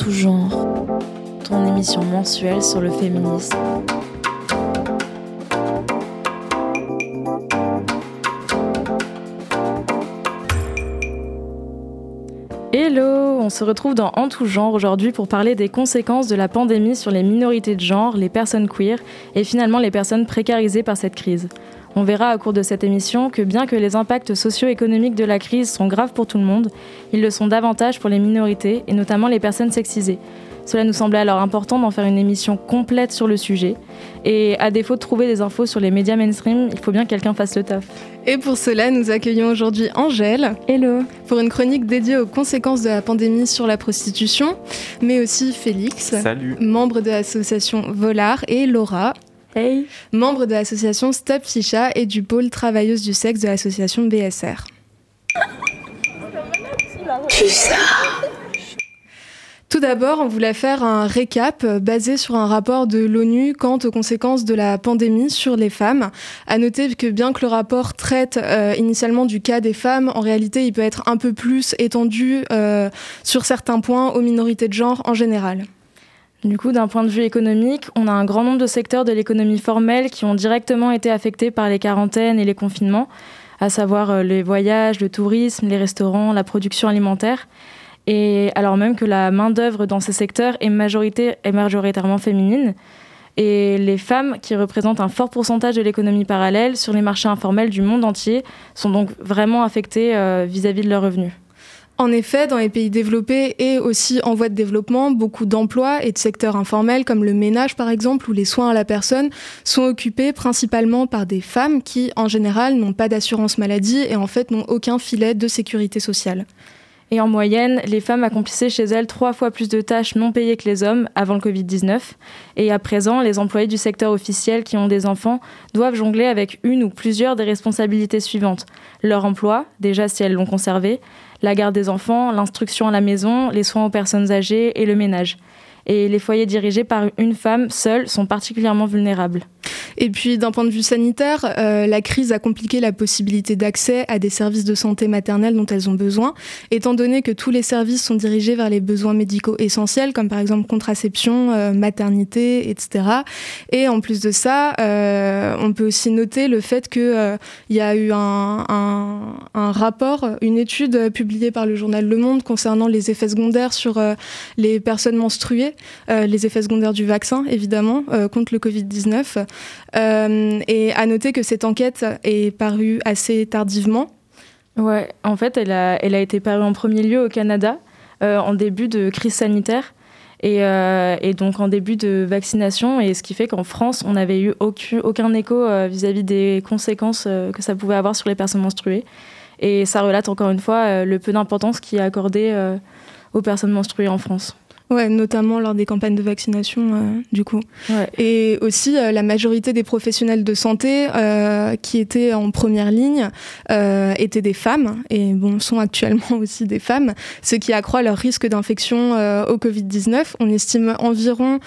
tout genre, ton émission mensuelle sur le féminisme. Hello, on se retrouve dans En tout genre aujourd'hui pour parler des conséquences de la pandémie sur les minorités de genre, les personnes queer et finalement les personnes précarisées par cette crise. On verra au cours de cette émission que bien que les impacts socio-économiques de la crise sont graves pour tout le monde, ils le sont davantage pour les minorités et notamment les personnes sexisées. Cela nous semblait alors important d'en faire une émission complète sur le sujet. Et à défaut de trouver des infos sur les médias mainstream, il faut bien que quelqu'un fasse le taf. Et pour cela, nous accueillons aujourd'hui Angèle. Hello. Pour une chronique dédiée aux conséquences de la pandémie sur la prostitution, mais aussi Félix. Salut. Membre de l'association Volard, et Laura. Hey. Membre de l'association Stop Chicha et du pôle travailleuse du sexe de l'association BSR. Tout d'abord, on voulait faire un récap basé sur un rapport de l'ONU quant aux conséquences de la pandémie sur les femmes. À noter que bien que le rapport traite initialement du cas des femmes, en réalité, il peut être un peu plus étendu sur certains points aux minorités de genre en général. Du coup, d'un point de vue économique, on a un grand nombre de secteurs de l'économie formelle qui ont directement été affectés par les quarantaines et les confinements, à savoir les voyages, le tourisme, les restaurants, la production alimentaire. Et alors même que la main-d'œuvre dans ces secteurs est majoritairement féminine. Et les femmes, qui représentent un fort pourcentage de l'économie parallèle sur les marchés informels du monde entier, sont donc vraiment affectées vis-à-vis de leurs revenus. En effet, dans les pays développés et aussi en voie de développement, beaucoup d'emplois et de secteurs informels comme le ménage par exemple ou les soins à la personne sont occupés principalement par des femmes qui, en général, n'ont pas d'assurance maladie et en fait n'ont aucun filet de sécurité sociale. Et en moyenne, les femmes accomplissaient chez elles 3 fois plus de tâches non payées que les hommes avant le Covid-19. Et à présent, les employés du secteur officiel qui ont des enfants doivent jongler avec une ou plusieurs des responsabilités suivantes. Leur emploi, déjà si elles l'ont conservé, la garde des enfants, l'instruction à la maison, les soins aux personnes âgées et le ménage. Et les foyers dirigés par une femme seule sont particulièrement vulnérables. Et puis, d'un point de vue sanitaire, la crise a compliqué la possibilité d'accès à des services de santé maternelle dont elles ont besoin, étant donné que tous les services sont dirigés vers les besoins médicaux essentiels, comme par exemple contraception, maternité, etc. Et en plus de ça, on peut aussi noter le fait qu'il y a eu un rapport, une étude publiée par le journal Le Monde concernant les effets secondaires sur les personnes menstruées, les effets secondaires du vaccin, évidemment, contre le Covid-19. Et à noter que cette enquête est parue assez tardivement. Ouais, en fait, elle a été parue en premier lieu au Canada, en début de crise sanitaire, et donc en début de vaccination, et ce qui fait qu'en France, on n'avait eu aucun écho vis-à-vis des conséquences que ça pouvait avoir sur les personnes menstruées. Et ça relate encore une fois le peu d'importance qui est accordé aux personnes menstruées en France. Ouais, notamment lors des campagnes de vaccination, du coup. Ouais. Et aussi, la majorité des professionnels de santé qui étaient en première ligne étaient des femmes, et bon, sont actuellement aussi des femmes, ce qui accroît leur risque d'infection au Covid-19. On estime à environ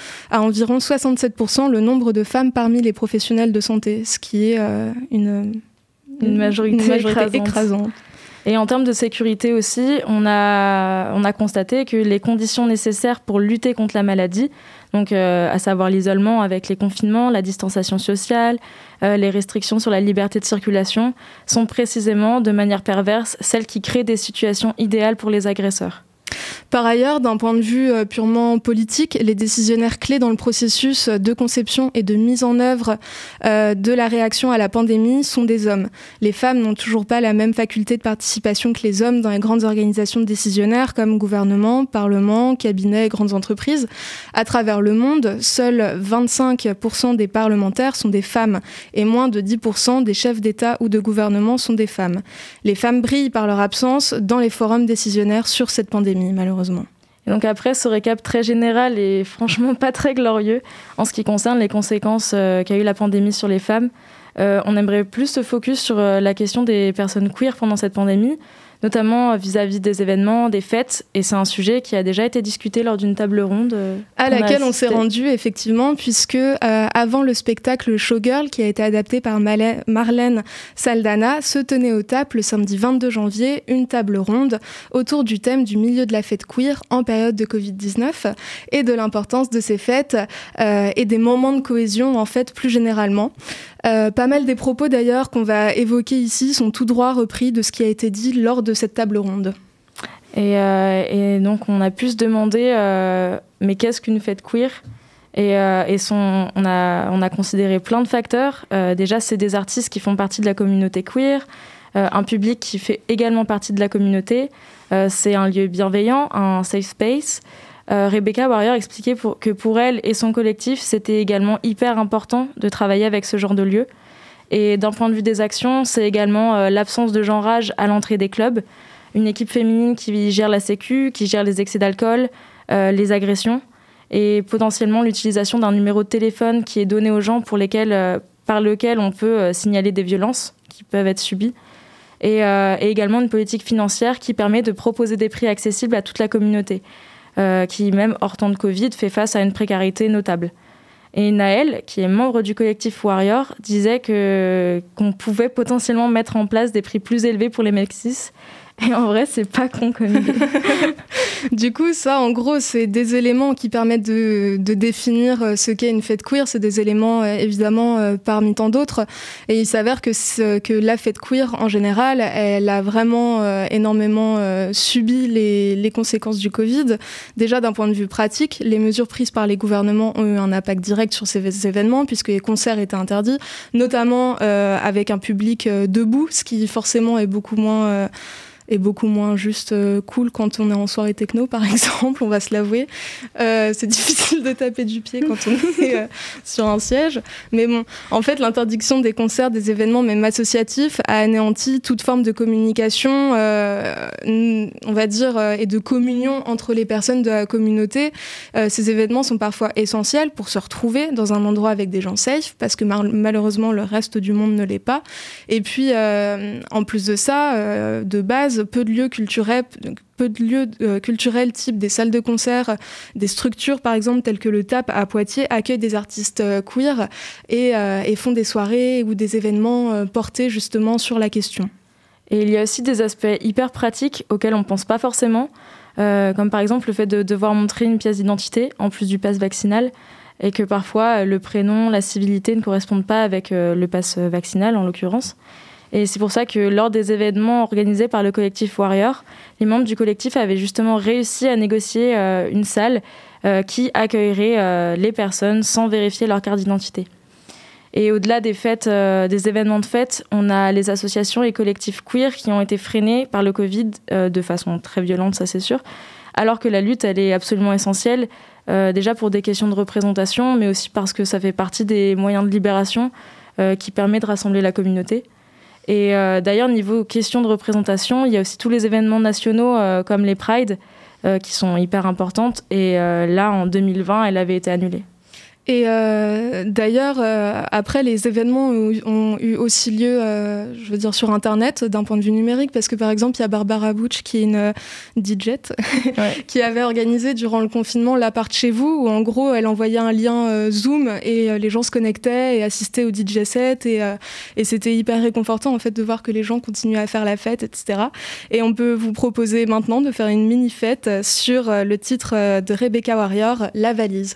67% le nombre de femmes parmi les professionnels de santé, ce qui est une majorité écrasante. Et en termes de sécurité aussi, on a constaté que les conditions nécessaires pour lutter contre la maladie, donc à savoir l'isolement avec les confinements, la distanciation sociale, les restrictions sur la liberté de circulation, sont précisément, de manière perverse, celles qui créent des situations idéales pour les agresseurs. Par ailleurs, d'un point de vue purement politique, les décisionnaires clés dans le processus de conception et de mise en œuvre de la réaction à la pandémie sont des hommes. Les femmes n'ont toujours pas la même faculté de participation que les hommes dans les grandes organisations décisionnaires comme gouvernement, parlement, cabinet et grandes entreprises. À travers le monde, seuls 25% des parlementaires sont des femmes et moins de 10% des chefs d'État ou de gouvernement sont des femmes. Les femmes brillent par leur absence dans les forums décisionnaires sur cette pandémie, malheureusement. Et donc après ce récap très général et franchement pas très glorieux en ce qui concerne les conséquences qu'a eu la pandémie sur les femmes, on aimerait plus se focus sur la question des personnes queer pendant cette pandémie. notamment vis-à-vis des événements, des fêtes. Et c'est un sujet qui a déjà été discuté lors d'une table ronde. À laquelle on s'est rendu, effectivement, puisque avant le spectacle Showgirl, qui a été adapté par Marlène Saldana, se tenait au TAP le samedi 22 janvier une table ronde autour du thème du milieu de la fête queer en période de Covid-19 et de l'importance de ces fêtes et des moments de cohésion, en fait, plus généralement. Pas mal des propos d'ailleurs qu'on va évoquer ici sont tout droit repris de ce qui a été dit lors de cette table ronde. Et donc on a pu se demander mais qu'est-ce qu'une fête queer ? On a considéré plein de facteurs. Déjà, c'est des artistes qui font partie de la communauté queer, un public qui fait également partie de la communauté. C'est un lieu bienveillant, un safe space. Rebecca Warrior expliquait que pour elle et son collectif, c'était également hyper important de travailler avec ce genre de lieu. Et d'un point de vue des actions, c'est également l'absence de genrage à l'entrée des clubs, une équipe féminine qui gère la sécu, qui gère les excès d'alcool, les agressions, et potentiellement l'utilisation d'un numéro de téléphone qui est donné aux gens par lequel on peut signaler des violences qui peuvent être subies. Et également une politique financière qui permet de proposer des prix accessibles à toute la communauté. Qui, même hors temps de Covid, fait face à une précarité notable. Et Naël, qui est membre du collectif Warrior, disait qu'on pouvait potentiellement mettre en place des prix plus élevés pour les Mexis. Et en vrai, c'est pas con comme idée. Du coup, ça, en gros, c'est des éléments qui permettent de définir ce qu'est une fête queer. C'est des éléments, évidemment, parmi tant d'autres. Et il s'avère que la fête queer, en général, elle a vraiment énormément subi les conséquences du Covid. Déjà, d'un point de vue pratique, les mesures prises par les gouvernements ont eu un impact direct sur ces événements, puisque les concerts étaient interdits, notamment avec un public debout, ce qui forcément est beaucoup moins juste cool quand on est en soirée techno, par exemple, on va se l'avouer. C'est difficile de taper du pied quand on est sur un siège. Mais bon, en fait, l'interdiction des concerts, des événements, même associatifs, a anéanti toute forme de communication, on va dire, et de communion entre les personnes de la communauté. Ces événements sont parfois essentiels pour se retrouver dans un endroit avec des gens safe, parce que malheureusement, le reste du monde ne l'est pas. Et puis, en plus de ça, de base, peu de lieux culturels type des salles de concert, des structures par exemple telles que le TAP à Poitiers accueillent des artistes queer et font des soirées ou des événements portés justement sur la question. Et il y a aussi des aspects hyper pratiques auxquels on ne pense pas forcément, comme par exemple le fait de devoir montrer une pièce d'identité en plus du pass vaccinal, et que parfois le prénom, la civilité ne correspondent pas avec le pass vaccinal en l'occurrence. Et c'est pour ça que lors des événements organisés par le collectif Warrior, les membres du collectif avaient justement réussi à négocier une salle qui accueillerait les personnes sans vérifier leur carte d'identité. Et au-delà des fêtes, des événements de fête, on a les associations et collectifs queer qui ont été freinés par le Covid de façon très violente, ça c'est sûr, alors que la lutte, elle est absolument essentielle, déjà pour des questions de représentation, mais aussi parce que ça fait partie des moyens de libération qui permet de rassembler la communauté. Et d'ailleurs, niveau question de représentation, il y a aussi tous les événements nationaux comme les Pride qui sont hyper importantes. Et là, en 2020, elle avait été annulée. Et d'ailleurs, après, les événements ont eu aussi lieu, je veux dire, sur Internet, d'un point de vue numérique, parce que par exemple, il y a Barbara Butch, qui est une DJ, qui avait organisé durant le confinement l'appart chez vous, où en gros, elle envoyait un lien Zoom et les gens se connectaient et assistaient au DJ set, et c'était hyper réconfortant en fait de voir que les gens continuaient à faire la fête, etc. Et on peut vous proposer maintenant de faire une mini-fête sur le titre de Rebecca Warrior, La Valise.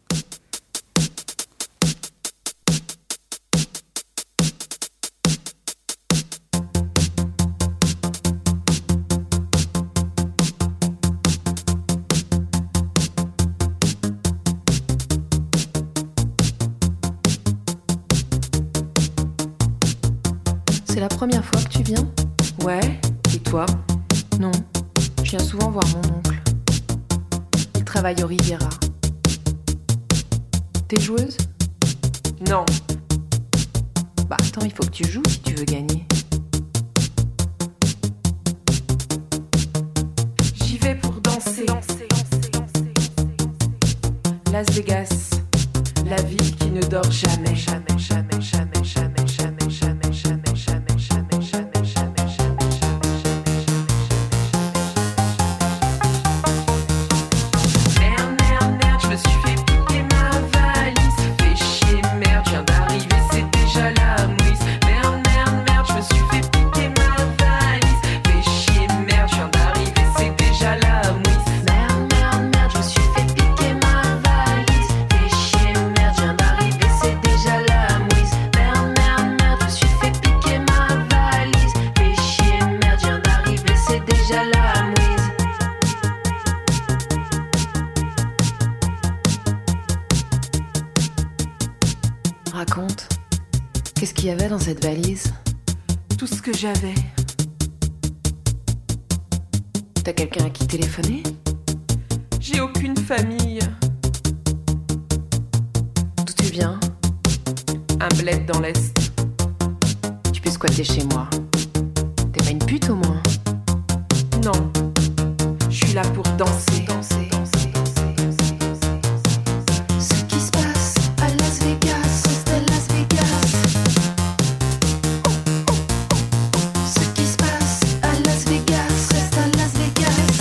C'est la première fois que tu viens ? Ouais, et toi ? Non, je viens souvent voir mon oncle. Il travaille au Riviera. T'es joueuse ? Non. Bah attends, il faut que tu joues si tu veux gagner. J'y vais pour danser. Las Vegas, la ville qui ne dort jamais. Jamais, jamais, jamais, jamais, jamais, jamais, jamais, jamais, jamais, jamais, jamais, jamais, jamais, jamais. cette valise? Tout ce que j'avais. T'as quelqu'un à qui téléphoner? J'ai aucune famille. D'où tu viens? Un bled dans l'Est. Tu peux squatter chez moi. T'es pas une pute au moins? Non, je suis là pour danser. Ce qui se passe à Las Vegas reste à Las Vegas. Ce qui se passe à Las Vegas reste à Las Vegas.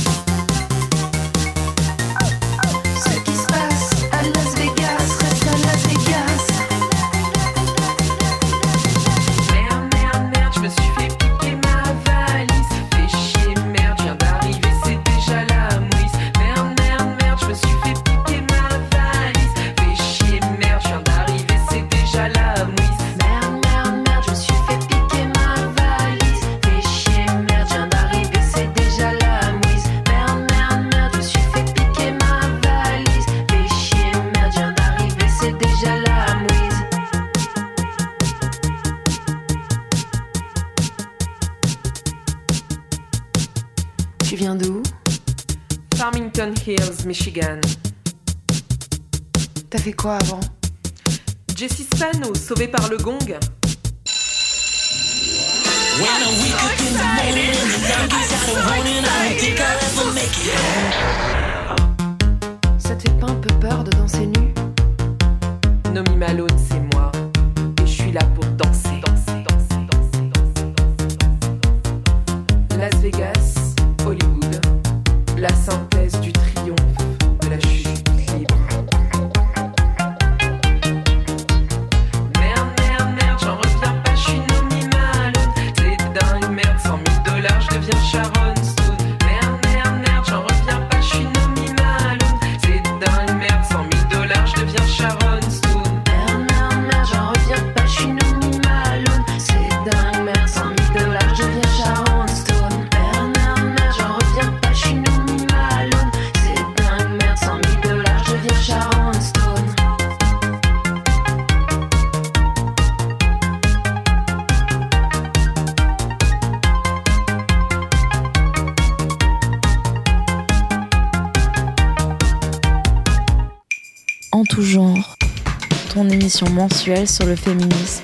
Ce qui se passe à Las Vegas reste à Las Vegas. Merde, je me suis fait piquer ma valise. Fais chier, merde, je viens d'arriver, c'est déjà la mouise. Merde, je me suis fait piquer ma valise. Fais chier, merde, je viens d'arriver, c'est déjà la mouise. Merde, je me suis fait piquer ma valise. Fais chier, merde, je viens d'arriver, c'est déjà la mouise. Merde, je me suis fait piquer ma valise. Fais chier, merde, je viens d'arriver, c'est déjà la mouise. Tu viens d'où? Farmington Hills, Michigan. T'as fait quoi avant? Jessie Spano, sauvée par le gong. Ça te fait pas un peu peur de danser nu? Nomi Malone, c'est moi. Et je suis là pour danser. Las Vegas, Hollywood. La synthèse du triomphe de la chute libre. Merde, j'en reviens pas, je suis Nomi Malone. C'est dingue, merde, $100,000, je deviens Sharon Stone. Merde, j'en reviens pas, je suis Nomi Malone. C'est dingue, merde, $100,000, je deviens Sharon Stone. Merde, j'en reviens pas, je suis Nomi Malone. C'est dingue, merde, $100,000, je deviens Sharon Stone. Merde, j'en reviens pas, je suis Nomi Malone. C'est dingue, merde, $100,000, je deviens Sharon Stone. En tout genre, ton émission mensuelle sur le féminisme.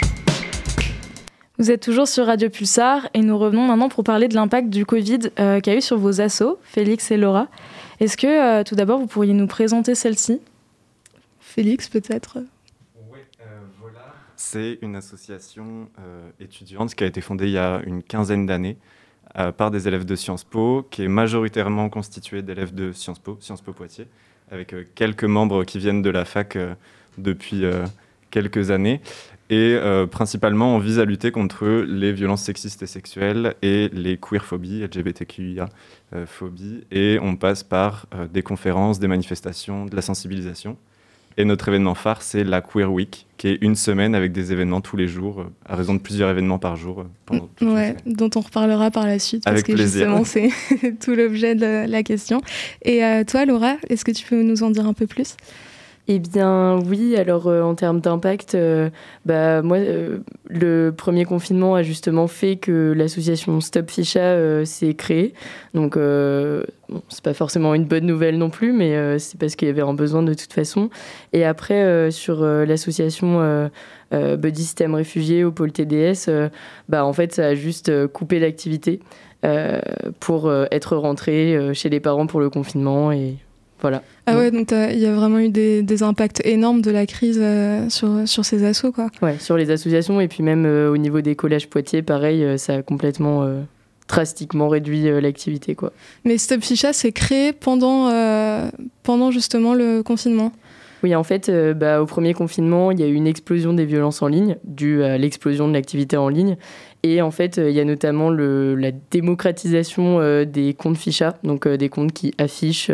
Vous êtes toujours sur Radio Pulsar et nous revenons maintenant pour parler de l'impact du Covid qu'il y a eu sur vos assos, Félix et Laura. Est-ce que tout d'abord vous pourriez nous présenter celle-ci? Félix, peut-être? Oui, voilà. C'est une association étudiante qui a été fondée il y a une quinzaine d'années par des élèves de Sciences Po, qui est majoritairement constituée d'élèves de Sciences Po Poitiers, avec quelques membres qui viennent de la fac depuis quelques années. Et principalement, on vise à lutter contre les violences sexistes et sexuelles et les queerphobies, LGBTQIA-phobies. Et on passe par des conférences, des manifestations, de la sensibilisation. Et notre événement phare, c'est la Queer Week, qui est une semaine avec des événements tous les jours, à raison de plusieurs événements par jour pendant toute la semaine. Dont on reparlera par la suite, avec parce que plaisir. justement, c'est tout l'objet de la question. Et toi, Laura, est-ce que tu peux nous en dire un peu plus ? Eh bien oui, alors en termes d'impact, moi, le premier confinement a justement fait que l'association Stop Ficha s'est créée. Donc c'est pas forcément une bonne nouvelle non plus, mais c'est parce qu'il y avait un besoin de toute façon. Et après, sur l'association Body System Réfugiés au pôle TDS, en fait, ça a juste coupé l'activité pour être rentré chez les parents pour le confinement et... Voilà. Ah ouais, donc il y a vraiment eu des impacts énormes de la crise sur ces assos, quoi. Ouais, sur les associations et puis même au niveau des collèges Poitiers, pareil, ça a complètement drastiquement réduit l'activité, quoi. Mais Stop Ficha s'est créé pendant justement le confinement. Oui, en fait, au premier confinement, il y a eu une explosion des violences en ligne, due à l'explosion de l'activité en ligne. Et en fait, il y a notamment la démocratisation des comptes Ficha, donc des comptes qui affichent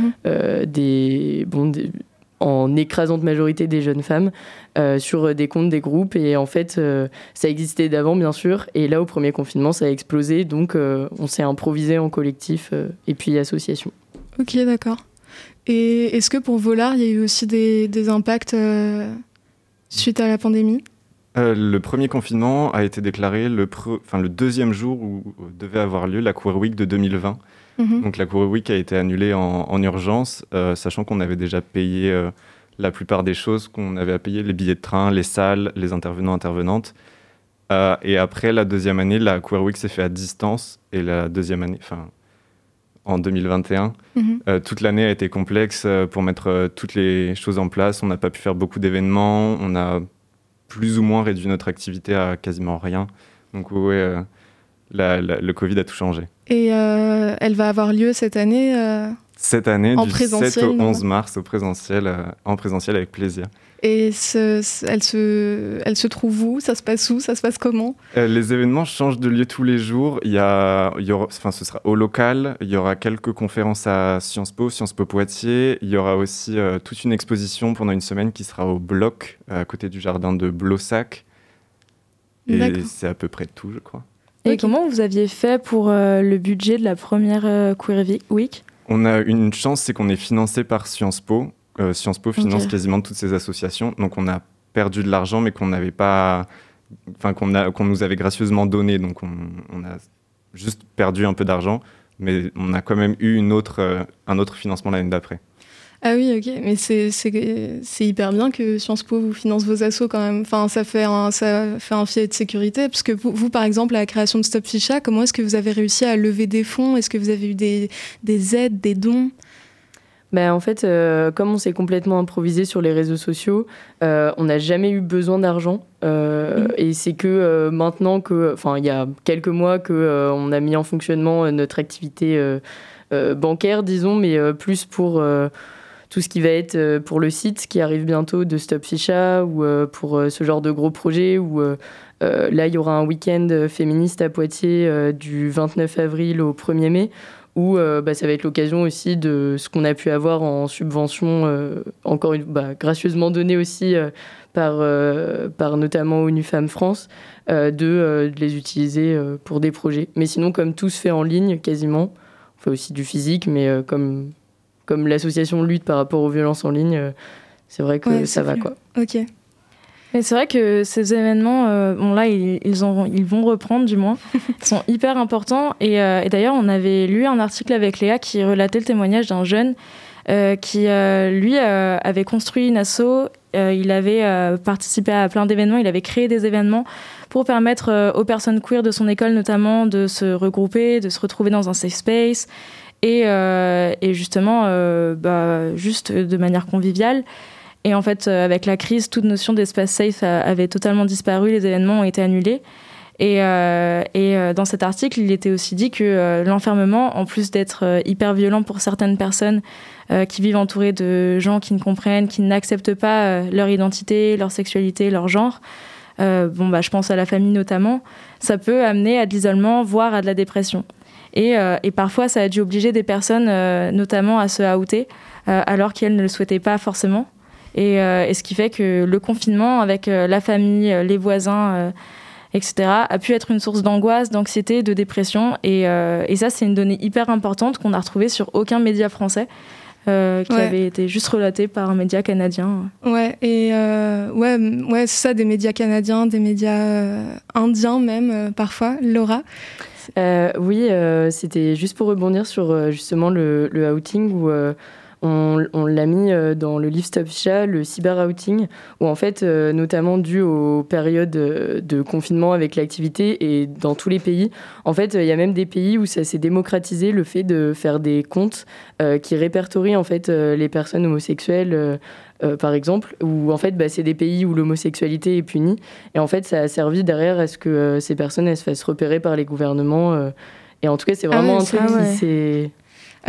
en écrasante majorité des jeunes femmes sur des comptes des groupes. Et en fait, ça existait d'avant, bien sûr. Et là, au premier confinement, ça a explosé. Donc, on s'est improvisé en collectif et puis association. Ok, d'accord. Et est-ce que pour Volard, il y a eu aussi des impacts suite à la pandémie ? Le premier confinement a été déclaré le deuxième jour où devait avoir lieu la Queer Week de 2020. Donc la Queer Week a été annulée en urgence, sachant qu'on avait déjà payé la plupart des choses qu'on avait à payer, les billets de train, les salles, les intervenants, intervenantes. Et après la deuxième année, la Queer Week s'est fait à distance. Et la deuxième année, en 2021, toute l'année a été complexe pour mettre toutes les choses en place. On n'a pas pu faire beaucoup d'événements. On a plus ou moins réduit notre activité à quasiment rien. Donc ouais, le Covid a tout changé. Et elle va avoir lieu cette année Cette année, en du présentiel, 7 au 11 mars, en présentiel avec plaisir. Et elle se trouve où? Ça se passe où? Ça se passe comment? Les événements changent de lieu tous les jours. Ce sera au local. Il y aura quelques conférences à Sciences Po Poitiers. Il y aura aussi toute une exposition pendant une semaine qui sera au Bloc, à côté du jardin de Blossac. Et D'accord. c'est à peu près tout, je crois. Et comment vous aviez fait pour le budget de la première Queer Week? On a une chance, c'est qu'on est financé par Sciences Po. Sciences Po finance Ok. quasiment toutes ces associations. Donc on a perdu de l'argent, mais qu'on n'avait pas, qu'on nous avait gracieusement donné. Donc on a juste perdu un peu d'argent, mais on a quand même eu un autre financement l'année d'après. Ah oui, ok. Mais c'est hyper bien que Sciences Po vous finance vos assos quand même. Enfin, ça fait un filet de sécurité. Parce que vous, par exemple, à la création de Stop Ficha, comment est-ce que vous avez réussi à lever des fonds? Est-ce que vous avez eu des aides, des dons? En fait, comme on s'est complètement improvisé sur les réseaux sociaux, on n'a jamais eu besoin d'argent. Et c'est que maintenant il y a quelques mois qu'on a mis en fonctionnement notre activité bancaire, disons, mais plus pour tout ce qui va être pour le site qui arrive bientôt de Stop Ficha ou pour ce genre de gros projet où là, il y aura un week-end féministe à Poitiers du 29 avril au 1er mai. Où ça va être l'occasion aussi de ce qu'on a pu avoir en subvention, gracieusement donnée aussi par notamment ONU Femmes France, de les utiliser pour des projets. Mais sinon, comme tout se fait en ligne, quasiment, on fait aussi du physique, mais comme l'association lutte par rapport aux violences en ligne, c'est vrai que ça va, quoi. Ok. Mais c'est vrai que ces événements, là, ils vont reprendre, du moins. Ils sont hyper importants. Et d'ailleurs, on avait lu un article avec Léa qui relatait le témoignage d'un jeune qui, lui, avait construit une asso. Il avait participé à plein d'événements. Il avait créé des événements pour permettre aux personnes queer de son école, notamment, de se regrouper, de se retrouver dans un safe space. Et justement, juste de manière conviviale. Et en fait, avec la crise, toute notion d'espace safe avait totalement disparu, les événements ont été annulés. Et dans cet article, il était aussi dit que l'enfermement, en plus d'être hyper violent pour certaines personnes qui vivent entourées de gens qui ne comprennent, qui n'acceptent pas leur identité, leur sexualité, leur genre, je pense à la famille notamment, ça peut amener à de l'isolement, voire à de la dépression. Et parfois, ça a dû obliger des personnes, notamment, à se outer, alors qu'elles ne le souhaitaient pas forcément. Et ce qui fait que le confinement avec la famille, les voisins, etc., a pu être une source d'angoisse, d'anxiété, de dépression. Et ça, c'est une donnée hyper importante qu'on n'a retrouvée sur aucun média français, qui avait été juste relatée par un média canadien. Ouais, et c'est ça, des médias canadiens, des médias indiens même, parfois. Laura? Oui, c'était juste pour rebondir sur justement le outing où... On l'a mis dans le livre Stop Ficha, le cyber-outing, où en fait, notamment dû aux périodes de confinement avec l'activité et dans tous les pays, en fait, il y a même des pays où ça s'est démocratisé, le fait de faire des comptes qui répertorient en fait les personnes homosexuelles, par exemple, où en fait, c'est des pays où l'homosexualité est punie. Et en fait, ça a servi derrière à ce que ces personnes elles se fassent repérer par les gouvernements. Et en tout cas, c'est vraiment un truc qui s'est... Ah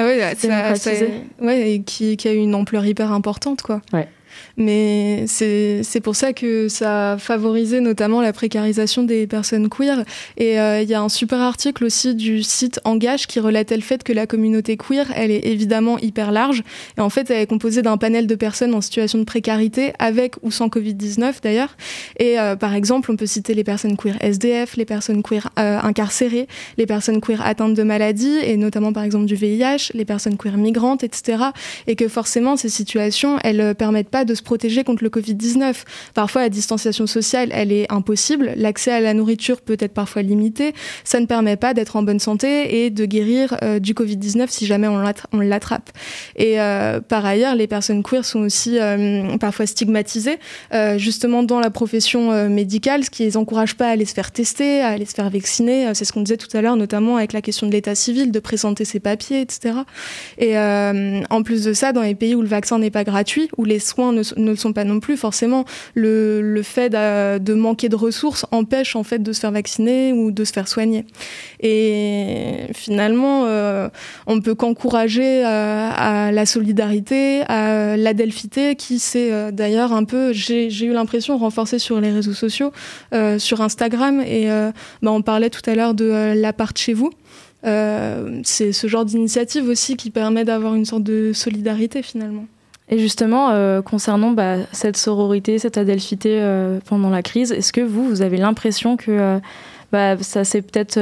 ouais, et qui a eu une ampleur hyper importante, quoi. Ouais. Mais c'est pour ça que ça a favorisé notamment la précarisation des personnes queer. Et il y a un super article aussi du site Engage qui relatait le fait que la communauté queer, elle est évidemment hyper large. Et en fait, elle est composée d'un panel de personnes en situation de précarité, avec ou sans Covid-19 d'ailleurs. Et par exemple, on peut citer les personnes queer SDF, les personnes queer incarcérées, les personnes queer atteintes de maladies, et notamment par exemple du VIH, les personnes queer migrantes, etc. Et que forcément, ces situations, elles permettent pas de se protéger contre le Covid-19. Parfois, la distanciation sociale, elle est impossible. L'accès à la nourriture peut être parfois limité. Ça ne permet pas d'être en bonne santé et de guérir du Covid-19 si jamais on l'attrape. Et par ailleurs, les personnes queer sont aussi parfois stigmatisées, justement dans la profession médicale, ce qui les encourage pas à aller se faire tester, à aller se faire vacciner. C'est ce qu'on disait tout à l'heure, notamment avec la question de l'état civil, de présenter ses papiers, etc. Et en plus de ça, dans les pays où le vaccin n'est pas gratuit, où les soins ne le sont pas non plus, forcément, le fait de manquer de ressources empêche en fait de se faire vacciner ou de se faire soigner. Et finalement, on ne peut qu'encourager à la solidarité, à l'adelphité, qui s'est d'ailleurs un peu, j'ai eu l'impression, renforcée sur les réseaux sociaux, sur Instagram. Et on parlait tout à l'heure de l'appart chez vous. C'est ce genre d'initiative aussi qui permet d'avoir une sorte de solidarité finalement. Et justement, concernant cette sororité, cette adelphité pendant la crise, est-ce que vous avez l'impression que ça c'est peut-être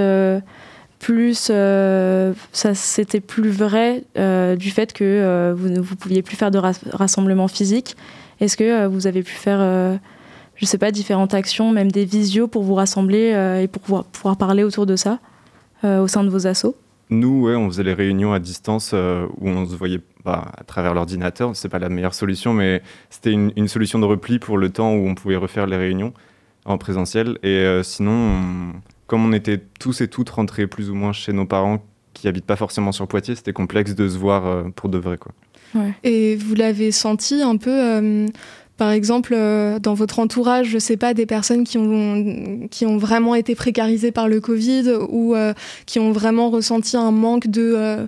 ça c'était plus vrai du fait que vous ne pouviez plus faire de rassemblements physiques? Est-ce que vous avez pu faire, je sais pas, différentes actions, même des visios pour vous rassembler et pour pouvoir parler autour de ça au sein de vos assos? Nous, on faisait les réunions à distance où on se voyait à travers l'ordinateur. C'est pas la meilleure solution, mais c'était une solution de repli pour le temps où on pouvait refaire les réunions en présentiel. Et sinon, comme on était tous et toutes rentrés plus ou moins chez nos parents qui habitent pas forcément sur Poitiers, c'était complexe de se voir pour de vrai, quoi. Ouais. Et vous l'avez senti un peu par exemple, dans votre entourage, je sais pas, des personnes qui ont vraiment été précarisées par le Covid ou qui ont vraiment ressenti un manque de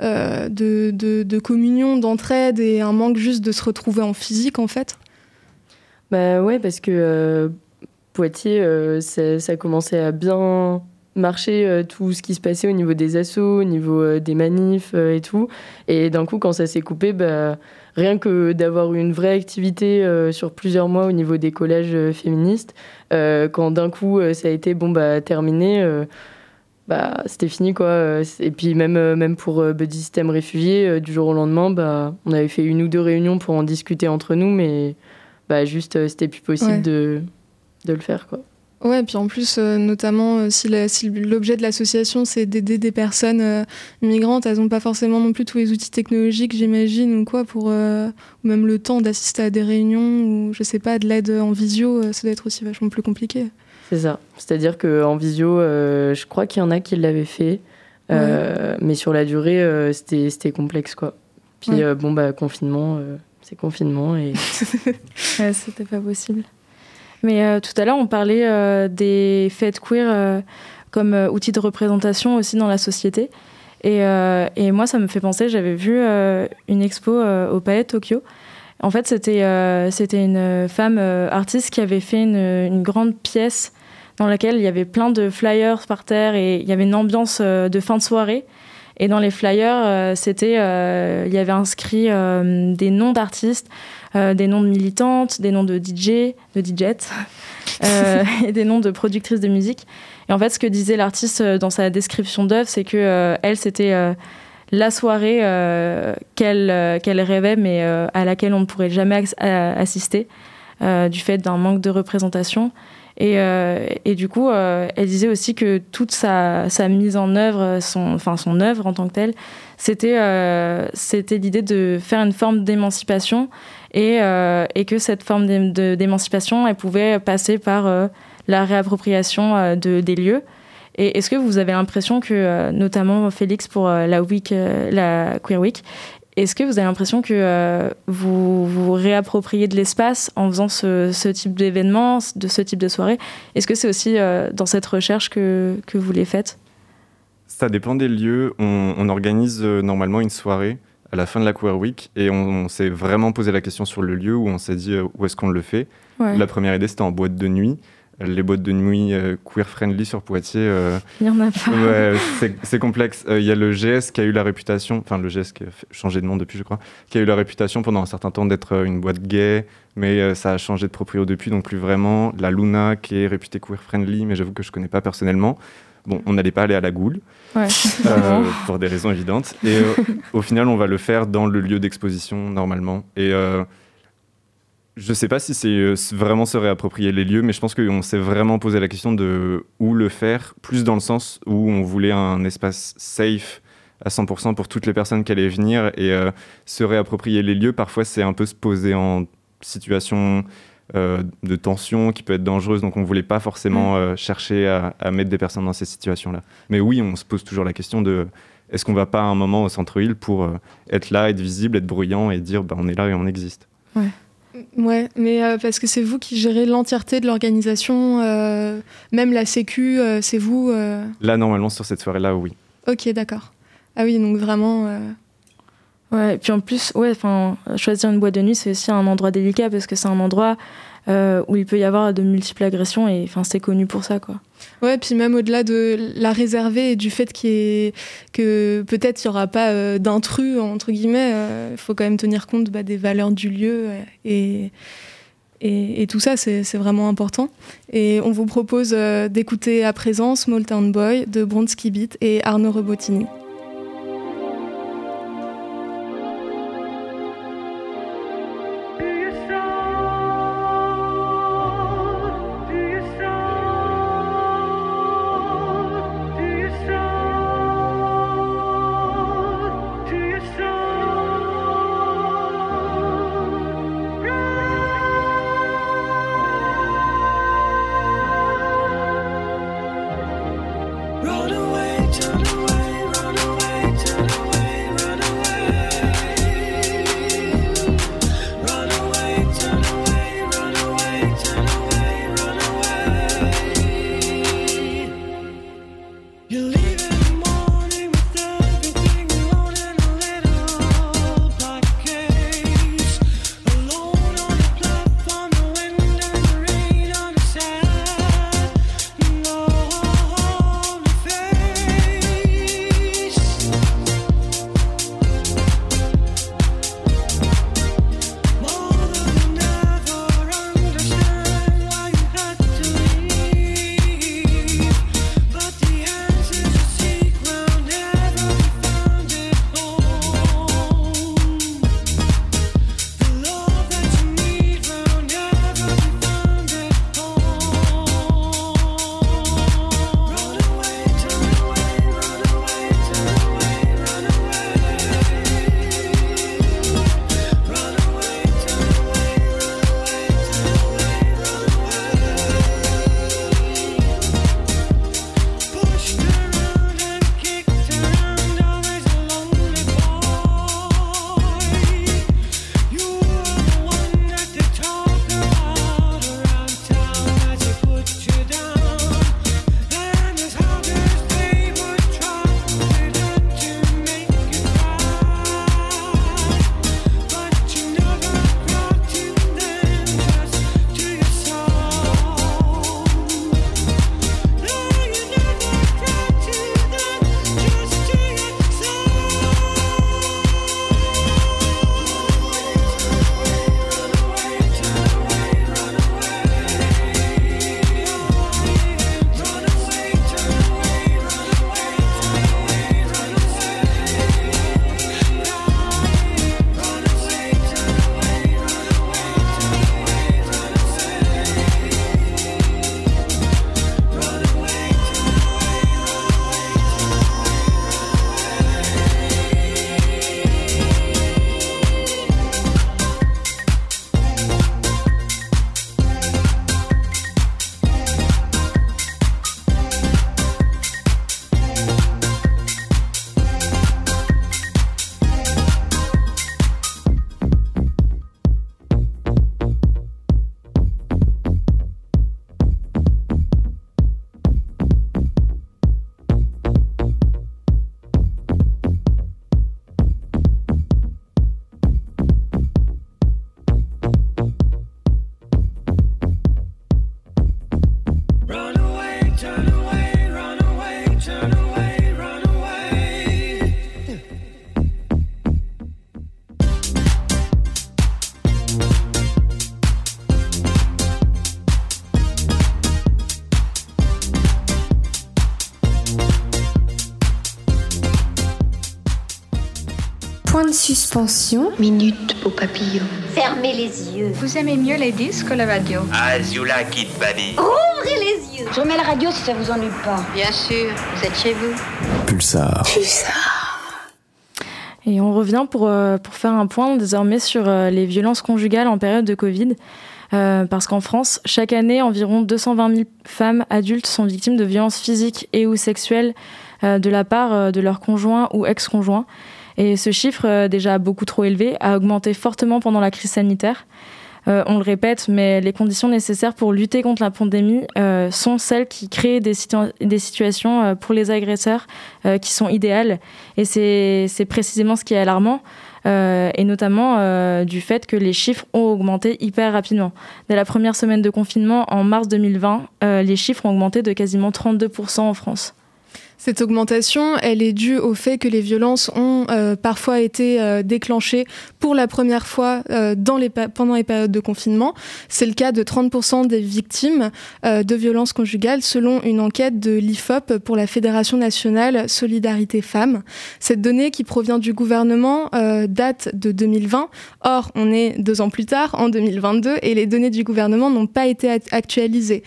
communion, d'entraide et un manque juste de se retrouver en physique, en fait? Ouais, parce que Poitiers, ça commençait à bien marcher, tout ce qui se passait au niveau des assos, au niveau des manifs et tout. Et d'un coup, quand ça s'est coupé, rien que d'avoir une vraie activité sur plusieurs mois au niveau des collèges féministes, quand d'un coup ça a été terminé, c'était fini, quoi. Et puis même pour Buddy System Réfugiés, du jour au lendemain, on avait fait 1 ou 2 réunions pour en discuter entre nous, mais juste c'était plus possible de le faire, quoi. Ouais, puis en plus, notamment, si l'objet de l'association, c'est d'aider des personnes migrantes, elles n'ont pas forcément non plus tous les outils technologiques, j'imagine, ou quoi, ou même le temps d'assister à des réunions, ou je sais pas, de l'aide en visio, ça doit être aussi vachement plus compliqué. C'est ça. C'est-à-dire qu'en visio, je crois qu'il y en a qui l'avaient fait, mais sur la durée, c'était complexe, quoi. Puis confinement, c'est confinement. Et... ouais, c'était pas possible. Mais tout à l'heure, on parlait des fêtes queer comme outil de représentation aussi dans la société. Et moi, ça me fait penser, j'avais vu une expo au Palais de Tokyo. En fait, c'était une femme artiste qui avait fait une grande pièce dans laquelle il y avait plein de flyers par terre et il y avait une ambiance de fin de soirée. Et dans les flyers, il y avait inscrit des noms d'artistes, des noms de militantes, des noms de DJ, de DJettes, et des noms de productrices de musique. Et en fait, ce que disait l'artiste dans sa description d'œuvre, c'est que elle, c'était la soirée qu'elle rêvait, mais à laquelle on ne pourrait jamais assister, du fait d'un manque de représentation. Et du coup, elle disait aussi que toute sa mise en œuvre, son œuvre en tant que telle, c'était l'idée de faire une forme d'émancipation et que cette forme d'émancipation, elle pouvait passer par la réappropriation des lieux. Et est-ce que vous avez l'impression que, notamment Félix pour la Queer Week, est-ce que vous avez l'impression que vous réappropriez de l'espace en faisant ce type d'événement, de ce type de soirée? Est-ce que c'est aussi dans cette recherche que vous les faites? Ça dépend des lieux. On organise normalement une soirée à la fin de la Queer Week et on s'est vraiment posé la question sur le lieu où on s'est dit où est-ce qu'on le fait. Ouais. La première idée, c'était en boîte de nuit. Les boîtes de nuit queer-friendly sur Poitiers... il n'y en a pas. Ouais, c'est complexe. Il y a le GS qui a eu la réputation... Enfin, le GS qui a changé de nom depuis, je crois. Qui a eu la réputation pendant un certain temps d'être une boîte gay, mais ça a changé de proprio depuis, donc plus vraiment. La Luna qui est réputée queer-friendly, mais j'avoue que je ne connais pas personnellement. Bon, on n'allait pas aller à la Goule, pour des raisons évidentes. Et au final, on va le faire dans le lieu d'exposition, normalement. Et... Je ne sais pas si c'est vraiment se réapproprier les lieux, mais je pense qu'on s'est vraiment posé la question de où le faire, plus dans le sens où on voulait un espace safe à 100% pour toutes les personnes qui allaient venir. Et se réapproprier les lieux, parfois, c'est un peu se poser en situation de tension qui peut être dangereuse. Donc, on ne voulait pas forcément chercher à mettre des personnes dans ces situations-là. Mais oui, on se pose toujours la question de est-ce qu'on ne va pas à un moment au centre-ville pour être là, être visible, être bruyant et dire on est là et on existe. Ouais, mais parce que c'est vous qui gérez l'entièreté de l'organisation, même la sécu, c'est vous Là, normalement, sur cette soirée-là, oui. Ok, d'accord. Ah oui, donc vraiment... Ouais, et puis en plus, choisir une boîte de nuit, c'est aussi un endroit délicat parce que c'est un endroit où il peut y avoir de multiples agressions et c'est connu pour ça, quoi. Ouais, puis même au-delà de la réserver et du fait que peut-être il n'y aura pas d'intrus, entre guillemets, il faut quand même tenir compte des valeurs du lieu et tout ça, c'est vraiment important. Et on vous propose d'écouter à présent Small Town Boy de Bronski Beat et Arnaud Rebottini. Point de suspension. Minute au papillon. Fermez les yeux. Vous aimez mieux les disques ou la radio? As you like it, baby. Ouvrez les yeux. Je remets la radio si ça vous ennuie pas. Bien sûr, vous êtes chez vous. Pulsar. Et on revient pour faire un point désormais sur les violences conjugales en période de Covid. Parce qu'en France, chaque année, environ 220 000 femmes adultes sont victimes de violences physiques et ou sexuelles de la part de leur conjoint ou ex-conjoint. Et ce chiffre, déjà beaucoup trop élevé, a augmenté fortement pendant la crise sanitaire. On le répète, mais les conditions nécessaires pour lutter contre la pandémie sont celles qui créent des situations pour les agresseurs qui sont idéales. Et c'est précisément ce qui est alarmant. Et notamment du fait que les chiffres ont augmenté hyper rapidement. Dès la première semaine de confinement, en mars 2020, les chiffres ont augmenté de quasiment 32% en France. Cette augmentation, elle est due au fait que les violences ont parfois été déclenchées pour la première fois pendant les périodes de confinement. C'est le cas de 30% des victimes de violences conjugales selon une enquête de l'IFOP pour la Fédération nationale Solidarité Femmes. Cette donnée qui provient du gouvernement date de 2020. Or, on est 2 ans plus tard, en 2022, et les données du gouvernement n'ont pas été actualisées.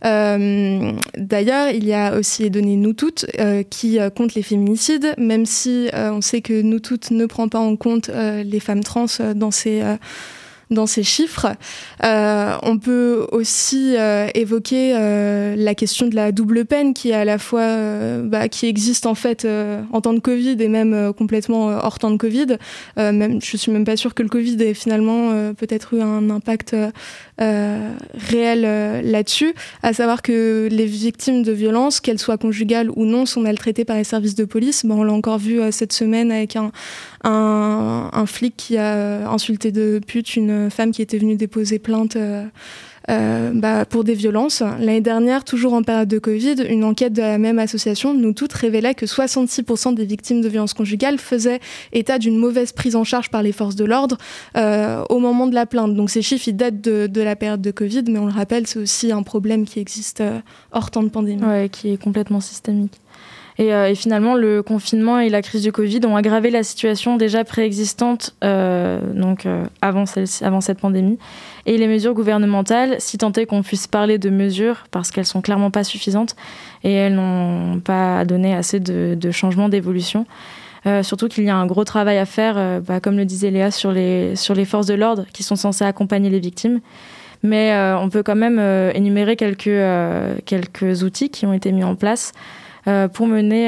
D'ailleurs, il y a aussi les données Nous Toutes qui compte les féminicides, même si on sait que Nous Toutes ne prend pas en compte les femmes trans dans ces chiffres. On peut aussi évoquer la question de la double peine qui est à la fois qui existe en fait en temps de Covid et même complètement hors temps de Covid. Je suis même pas sûre que le Covid ait finalement peut-être eu un impact réel là-dessus, à savoir que les victimes de violences, qu'elles soient conjugales ou non, sont maltraitées par les services de police. On l'a encore vu cette semaine avec un flic qui a insulté de pute une femme qui était venue déposer plainte pour des violences. L'année dernière, toujours en période de Covid, une enquête de la même association, Nous Toutes, révélait que 66% des victimes de violences conjugales faisaient état d'une mauvaise prise en charge par les forces de l'ordre au moment de la plainte. Donc ces chiffres, ils datent de la période de Covid, mais on le rappelle, c'est aussi un problème qui existe hors temps de pandémie. Ouais, qui est complètement systémique. Et finalement, le confinement et la crise du Covid ont aggravé la situation déjà préexistante avant cette pandémie. Et les mesures gouvernementales, si tant est qu'on puisse parler de mesures, parce qu'elles sont clairement pas suffisantes et elles n'ont pas donné assez de changements, d'évolution. Surtout qu'il y a un gros travail à faire, comme le disait Léa, sur les forces de l'ordre qui sont censées accompagner les victimes. Mais on peut quand même énumérer quelques outils qui ont été mis en place pour mener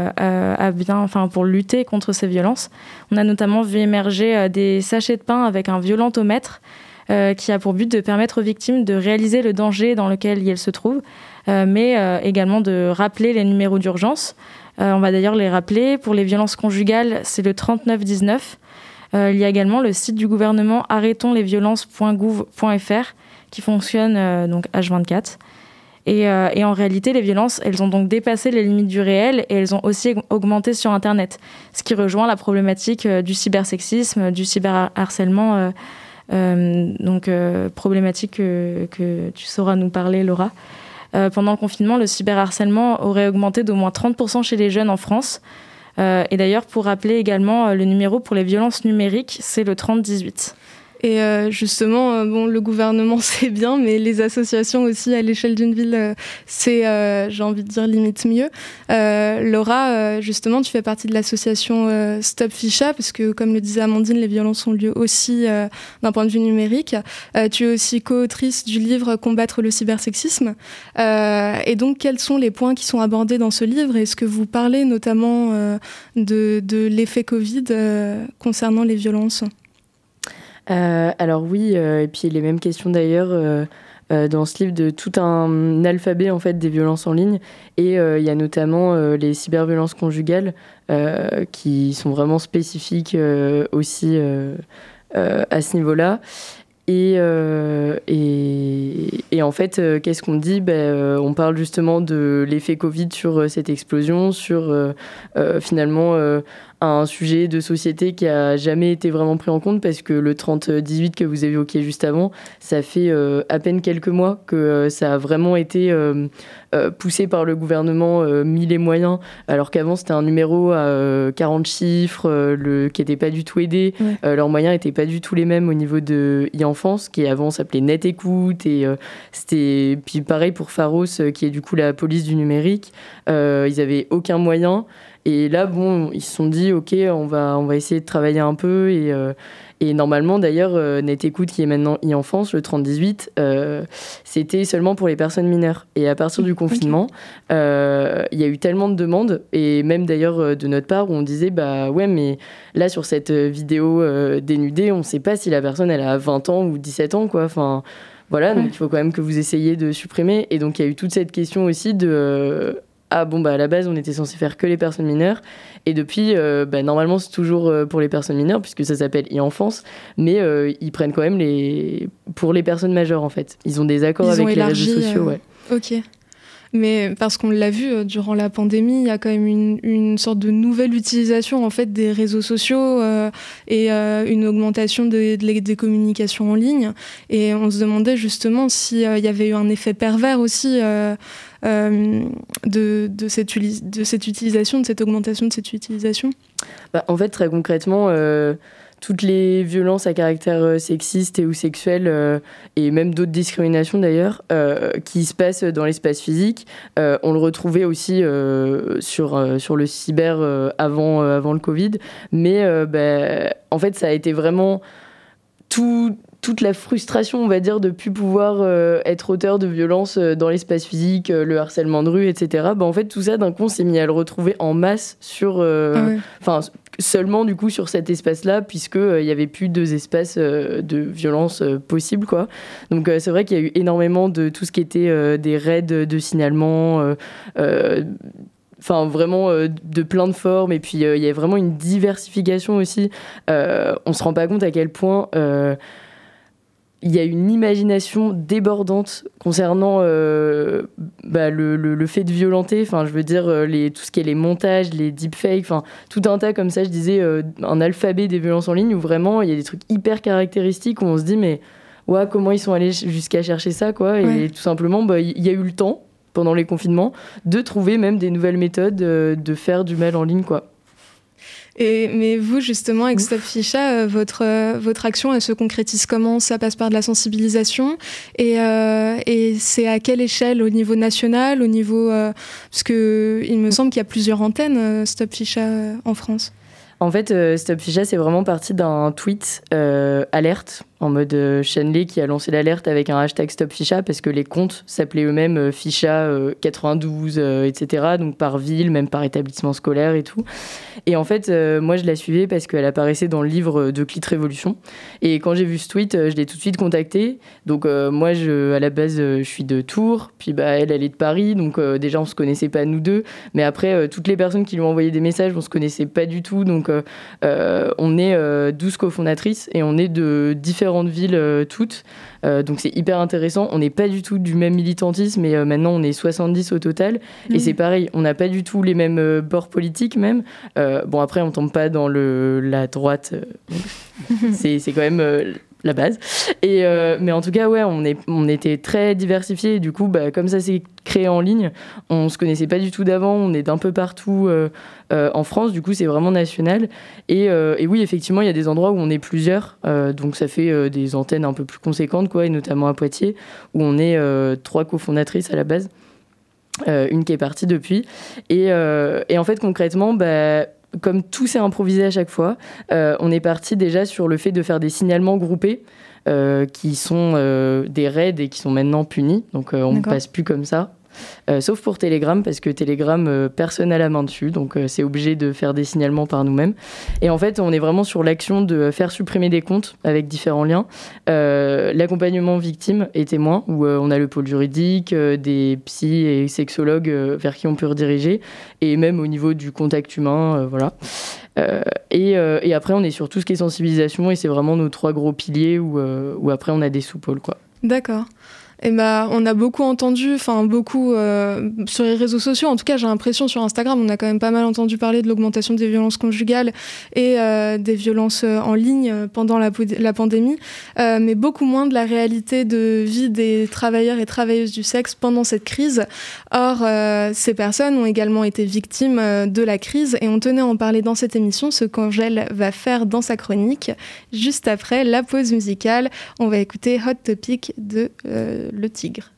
pour lutter contre ces violences. On a notamment vu émerger des sachets de pain avec un violentomètre qui a pour but de permettre aux victimes de réaliser le danger dans lequel elles se trouvent, mais également de rappeler les numéros d'urgence. On va d'ailleurs les rappeler. Pour les violences conjugales, c'est le 3919. Il y a également le site du gouvernement arrêtonslesviolences.gouv.fr qui fonctionne donc H24. Et en réalité, les violences, elles ont donc dépassé les limites du réel et elles ont aussi augmenté sur Internet, ce qui rejoint la problématique du cybersexisme, du cyberharcèlement, problématique que tu sauras nous parler, Laura. Pendant le confinement, le cyberharcèlement aurait augmenté d'au moins 30% chez les jeunes en France. Et d'ailleurs, pour rappeler également, le numéro pour les violences numériques, c'est le 3018. Et justement, le gouvernement c'est bien, mais les associations aussi à l'échelle d'une ville, c'est, j'ai envie de dire, limite mieux. Laura, justement, tu fais partie de l'association Stop Ficha, parce que comme le disait Amandine, les violences ont lieu aussi d'un point de vue numérique. Tu es aussi co-autrice du livre Combattre le cybersexisme. Et donc, quels sont les points qui sont abordés dans ce livre? Est-ce que vous parlez notamment de l'effet Covid concernant les violences? Alors oui, et puis les mêmes questions d'ailleurs dans ce livre de tout un alphabet en fait des violences en ligne, et il y a notamment les cyberviolences conjugales qui sont vraiment spécifiques aussi à ce niveau-là. Et en fait, qu'est-ce qu'on dit? On parle justement de l'effet Covid sur cette explosion, sur finalement un sujet de société qui a jamais été vraiment pris en compte parce que le 30-18 que vous évoquiez juste avant, ça fait à peine quelques mois que ça a vraiment été poussé par le gouvernement, mis les moyens, alors qu'avant c'était un numéro à 40 chiffres qui n'était pas du tout aidé. Ouais. Leurs moyens n'étaient pas du tout les mêmes au niveau de e-enfance, qui avant s'appelait Net Écoute, et c'était puis pareil pour Pharos, qui est du coup la police du numérique. Ils avaient aucun moyen. Et là, bon, ils se sont dit, ok, on va essayer de travailler un peu. Et normalement, d'ailleurs, Net Écoute, qui est maintenant e-enfance, le 30-18, c'était seulement pour les personnes mineures. Et à partir du confinement, il y a eu tellement de demandes, et même d'ailleurs de notre part, où on disait, bah ouais, mais là, sur cette vidéo dénudée, on ne sait pas si la personne, elle a 20 ans ou 17 ans, quoi. Enfin, voilà, donc il faut quand même que vous essayiez de supprimer. Et donc, il y a eu toute cette question aussi de... Ah bon, bah à la base, on était censé faire que les personnes mineures. Et depuis, normalement, c'est toujours pour les personnes mineures, puisque ça s'appelle e-enfance. Mais ils prennent quand même pour les personnes majeures, en fait. Ils ont des accords avec les réseaux sociaux. Ouais. Ok. Mais parce qu'on l'a vu durant la pandémie, il y a quand même une sorte de nouvelle utilisation en fait des réseaux sociaux et une augmentation des communications en ligne. Et on se demandait justement s'il y avait eu un effet pervers aussi de cette utilisation, de cette augmentation de cette utilisation. En fait, très concrètement, toutes les violences à caractère sexiste et ou sexuel, et même d'autres discriminations d'ailleurs, qui se passent dans l'espace physique, on le retrouvait aussi sur le cyber avant le Covid. Mais en fait, ça a été vraiment toute la frustration, on va dire, de ne plus pouvoir être auteur de violences dans l'espace physique, le harcèlement de rue, etc. En fait, tout ça, d'un coup, on s'est mis à le retrouver en masse sur... seulement, du coup, sur cet espace-là, puisqu'il n'y avait plus deux espaces de violence possibles, quoi. Donc, c'est vrai qu'il y a eu énormément de tout ce qui était des raids de signalement... vraiment de plein de formes, et puis il y a vraiment une diversification aussi. On se rend pas compte à quel point il y a une imagination débordante concernant le fait de violenter. Enfin, je veux dire, tout ce qui est les montages, les deepfakes, tout un tas comme ça. Je disais un alphabet des violences en ligne où vraiment il y a des trucs hyper caractéristiques où on se dit mais ouais, comment ils sont allés jusqu'à chercher ça, quoi. Et tout simplement, il y a eu le temps pendant les confinements de trouver même des nouvelles méthodes de faire du mal en ligne, quoi. Mais vous, justement, avec Stop Ficha, votre action, elle se concrétise comment ? Ça passe par de la sensibilisation et c'est à quelle échelle ? Au niveau national, au niveau... parce qu'il me semble qu'il y a plusieurs antennes Stop Ficha en France. En fait, Stop Ficha, c'est vraiment parti d'un tweet alerte, en mode Shanley qui a lancé l'alerte avec un hashtag Stop Ficha, parce que les comptes s'appelaient eux-mêmes Ficha 92, etc. Donc par ville, même par établissement scolaire et tout. Et en fait, moi, je la suivais parce qu'elle apparaissait dans le livre de Clit Révolution. Et quand j'ai vu ce tweet, je l'ai tout de suite contactée. Donc moi, à la base, je suis de Tours. Puis elle est de Paris. Donc déjà, on se connaissait pas nous deux. Mais après, toutes les personnes qui lui ont envoyé des messages, on se connaissait pas du tout. Donc on est 12 cofondatrices et on est de différentes villes toutes. Donc c'est hyper intéressant. On n'est pas du tout du même militantisme, mais maintenant on est 70 au total. Et c'est pareil, on n'a pas du tout les mêmes bords politiques même. Après on tombe pas dans la droite. C'est quand même la base. Mais en tout cas, ouais, on était très diversifiés. Et du coup, comme ça s'est créé en ligne, on se connaissait pas du tout d'avant. On est d'un peu partout en France. Du coup, c'est vraiment national. Et oui, effectivement, il y a des endroits où on est plusieurs. Donc, ça fait des antennes un peu plus conséquentes, quoi, et notamment à Poitiers, où on est 3 cofondatrices à la base. Une qui est partie depuis. Et en fait, concrètement, comme tout s'est improvisé à chaque fois, on est parti déjà sur le fait de faire des signalements groupés qui sont des raids et qui sont maintenant punis. Donc on ne passe plus comme ça. Sauf pour Telegram, parce que Telegram, personne n'a la main dessus, donc c'est obligé de faire des signalements par nous-mêmes. Et en fait, on est vraiment sur l'action de faire supprimer des comptes avec différents liens. L'accompagnement victime et témoin, où on a le pôle juridique, des psys et sexologues vers qui on peut rediriger, et même au niveau du contact humain, voilà. Et après, on est sur tout ce qui est sensibilisation, et c'est vraiment nos 3 gros piliers où après, on a des sous-pôles, quoi. D'accord. Et on a beaucoup entendu, beaucoup sur les réseaux sociaux, en tout cas j'ai l'impression sur Instagram, on a quand même pas mal entendu parler de l'augmentation des violences conjugales et des violences en ligne pendant la pandémie, mais beaucoup moins de la réalité de vie des travailleurs et travailleuses du sexe pendant cette crise. Or, ces personnes ont également été victimes de la crise et on tenait à en parler dans cette émission, ce qu'Angèle va faire dans sa chronique. Juste après la pause musicale, on va écouter Hot Topic de Le Tigre.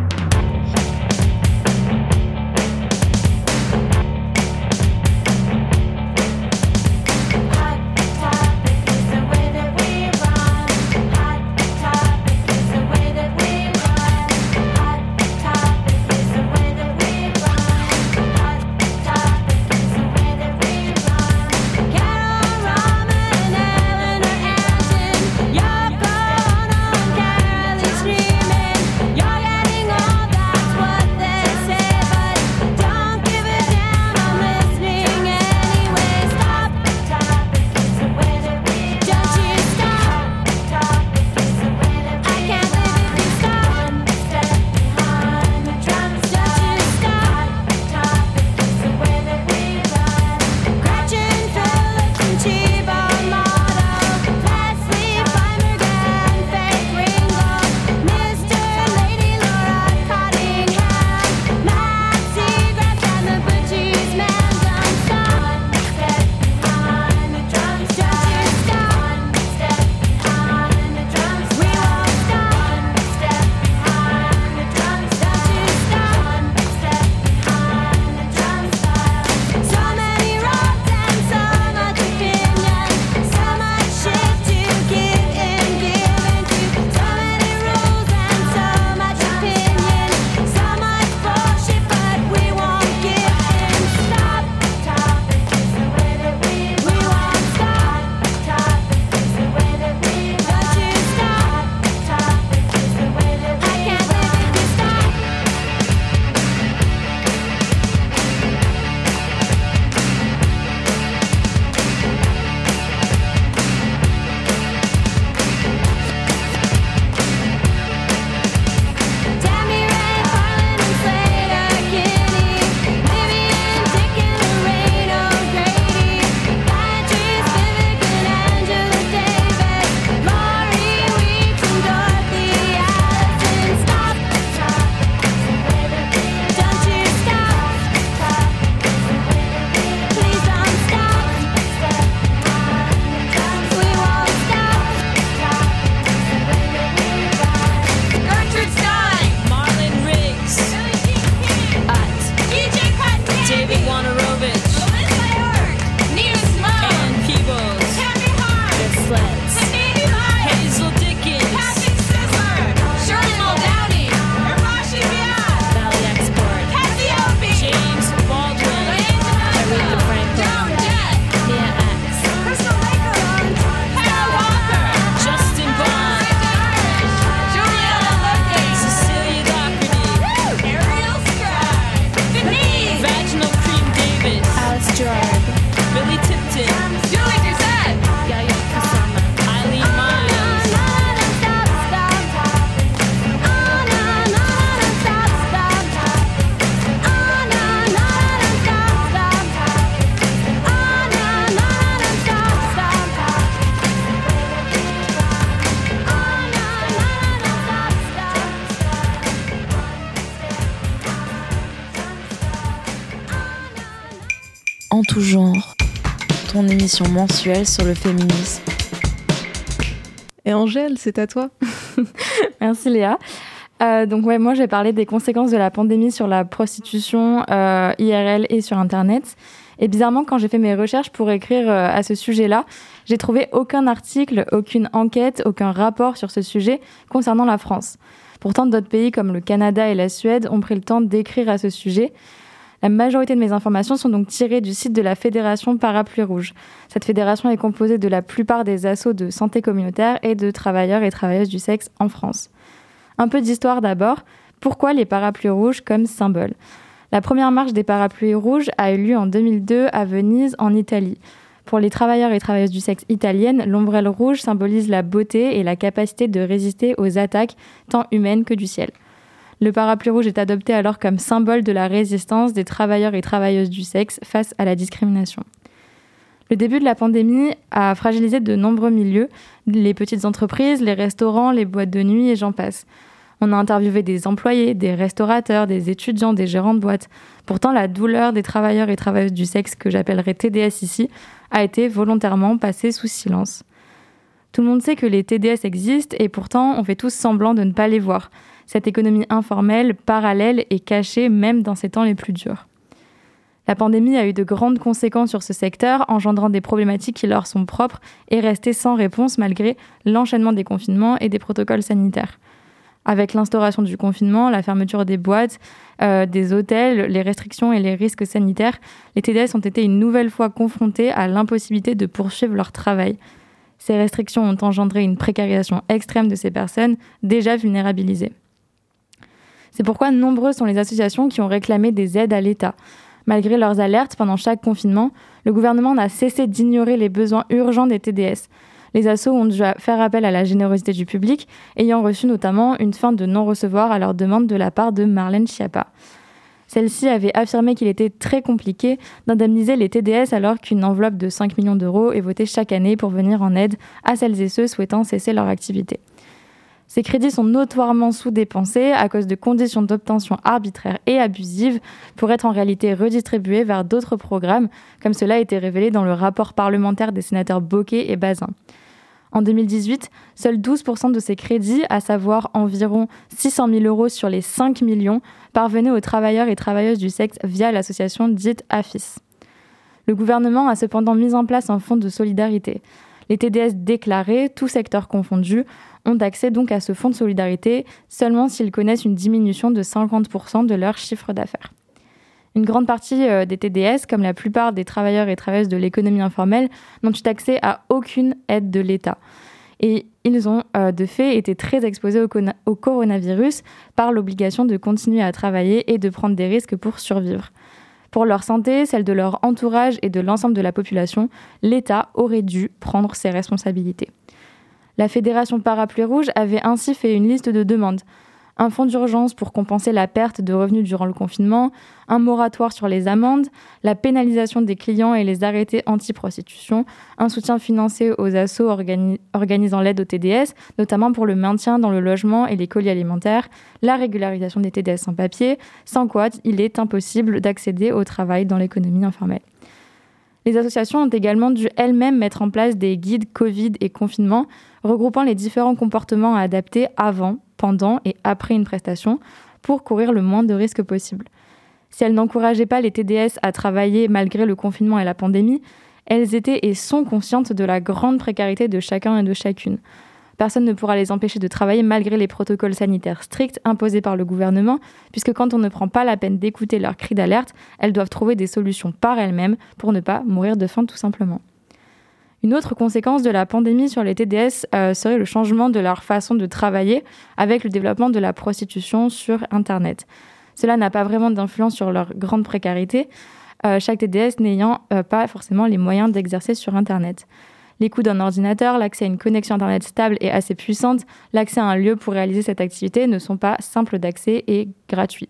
En tout genre, ton émission mensuelle sur le féminisme. Et Angèle, c'est à toi. Merci Léa. Moi j'ai parlé des conséquences de la pandémie sur la prostitution IRL et sur Internet. Et bizarrement, quand j'ai fait mes recherches pour écrire à ce sujet-là, j'ai trouvé aucun article, aucune enquête, aucun rapport sur ce sujet concernant la France. Pourtant, d'autres pays comme le Canada et la Suède ont pris le temps d'écrire à ce sujet. La majorité de mes informations sont donc tirées du site de la Fédération Parapluie Rouge. Cette fédération est composée de la plupart des assos de santé communautaire et de travailleurs et travailleuses du sexe en France. Un peu d'histoire d'abord. Pourquoi les parapluies rouges comme symbole ? La première marche des parapluies rouges a eu lieu en 2002 à Venise, en Italie. Pour les travailleurs et travailleuses du sexe italiennes, l'ombrelle rouge symbolise la beauté et la capacité de résister aux attaques tant humaines que du ciel. Le parapluie rouge est adopté alors comme symbole de la résistance des travailleurs et travailleuses du sexe face à la discrimination. Le début de la pandémie a fragilisé de nombreux milieux, les petites entreprises, les restaurants, les boîtes de nuit et j'en passe. On a interviewé des employés, des restaurateurs, des étudiants, des gérants de boîtes. Pourtant, la douleur des travailleurs et travailleuses du sexe, que j'appellerais TDS ici, a été volontairement passée sous silence. Tout le monde sait que les TDS existent et pourtant, on fait tous semblant de ne pas les voir. Cette économie informelle, parallèle et cachée même dans ces temps les plus durs. La pandémie a eu de grandes conséquences sur ce secteur, engendrant des problématiques qui leur sont propres et restées sans réponse malgré l'enchaînement des confinements et des protocoles sanitaires. Avec l'instauration du confinement, la fermeture des boîtes, des hôtels, les restrictions et les risques sanitaires, les TDS ont été une nouvelle fois confrontés à l'impossibilité de poursuivre leur travail. Ces restrictions ont engendré une précarisation extrême de ces personnes déjà vulnérabilisées. C'est pourquoi nombreuses sont les associations qui ont réclamé des aides à l'État. Malgré leurs alertes pendant chaque confinement, le gouvernement n'a cessé d'ignorer les besoins urgents des TDS. Les assos ont dû faire appel à la générosité du public, ayant reçu notamment une fin de non-recevoir à leur demande de la part de Marlène Schiappa. Celle-ci avait affirmé qu'il était très compliqué d'indemniser les TDS alors qu'une enveloppe de 5 millions d'euros est votée chaque année pour venir en aide à celles et ceux souhaitant cesser leur activité. Ces crédits sont notoirement sous-dépensés à cause de conditions d'obtention arbitraires et abusives pour être en réalité redistribués vers d'autres programmes, comme cela a été révélé dans le rapport parlementaire des sénateurs Bocquet et Bazin. En 2018, seuls 12% de ces crédits, à savoir environ 600 000 euros sur les 5 millions, parvenaient aux travailleurs et travailleuses du sexe via l'association dite AFIS. Le gouvernement a cependant mis en place un fonds de solidarité. Les TDS déclarés, tous secteurs confondus, ont accès donc à ce fonds de solidarité seulement s'ils connaissent une diminution de 50% de leur chiffre d'affaires. Une grande partie des TDS, comme la plupart des travailleurs et travailleuses de l'économie informelle, n'ont eu accès à aucune aide de l'État. Et ils ont de fait été très exposés au coronavirus par l'obligation de continuer à travailler et de prendre des risques pour survivre. Pour leur santé, celle de leur entourage et de l'ensemble de la population, l'État aurait dû prendre ses responsabilités. La Fédération Parapluie Rouge avait ainsi fait une liste de demandes. Un fonds d'urgence pour compenser la perte de revenus durant le confinement, un moratoire sur les amendes, la pénalisation des clients et les arrêtés anti-prostitution, un soutien financier aux assos organisant l'aide aux TDS, notamment pour le maintien dans le logement et les colis alimentaires, la régularisation des TDS sans papier, sans quoi il est impossible d'accéder au travail dans l'économie informelle. Les associations ont également dû elles-mêmes mettre en place des guides Covid et confinement, regroupant les différents comportements à adapter avant, pendant et après une prestation pour courir le moins de risques possible. Si elles n'encourageaient pas les TDS à travailler malgré le confinement et la pandémie, elles étaient et sont conscientes de la grande précarité de chacun et de chacune. Personne ne pourra les empêcher de travailler malgré les protocoles sanitaires stricts imposés par le gouvernement, puisque quand on ne prend pas la peine d'écouter leurs cris d'alerte, elles doivent trouver des solutions par elles-mêmes pour ne pas mourir de faim tout simplement. Une autre conséquence de la pandémie sur les TDS serait le changement de leur façon de travailler avec le développement de la prostitution sur Internet. Cela n'a pas vraiment d'influence sur leur grande précarité, chaque TDS n'ayant pas forcément les moyens d'exercer sur Internet. Les coûts d'un ordinateur, l'accès à une connexion Internet stable et assez puissante, l'accès à un lieu pour réaliser cette activité ne sont pas simples d'accès et gratuits.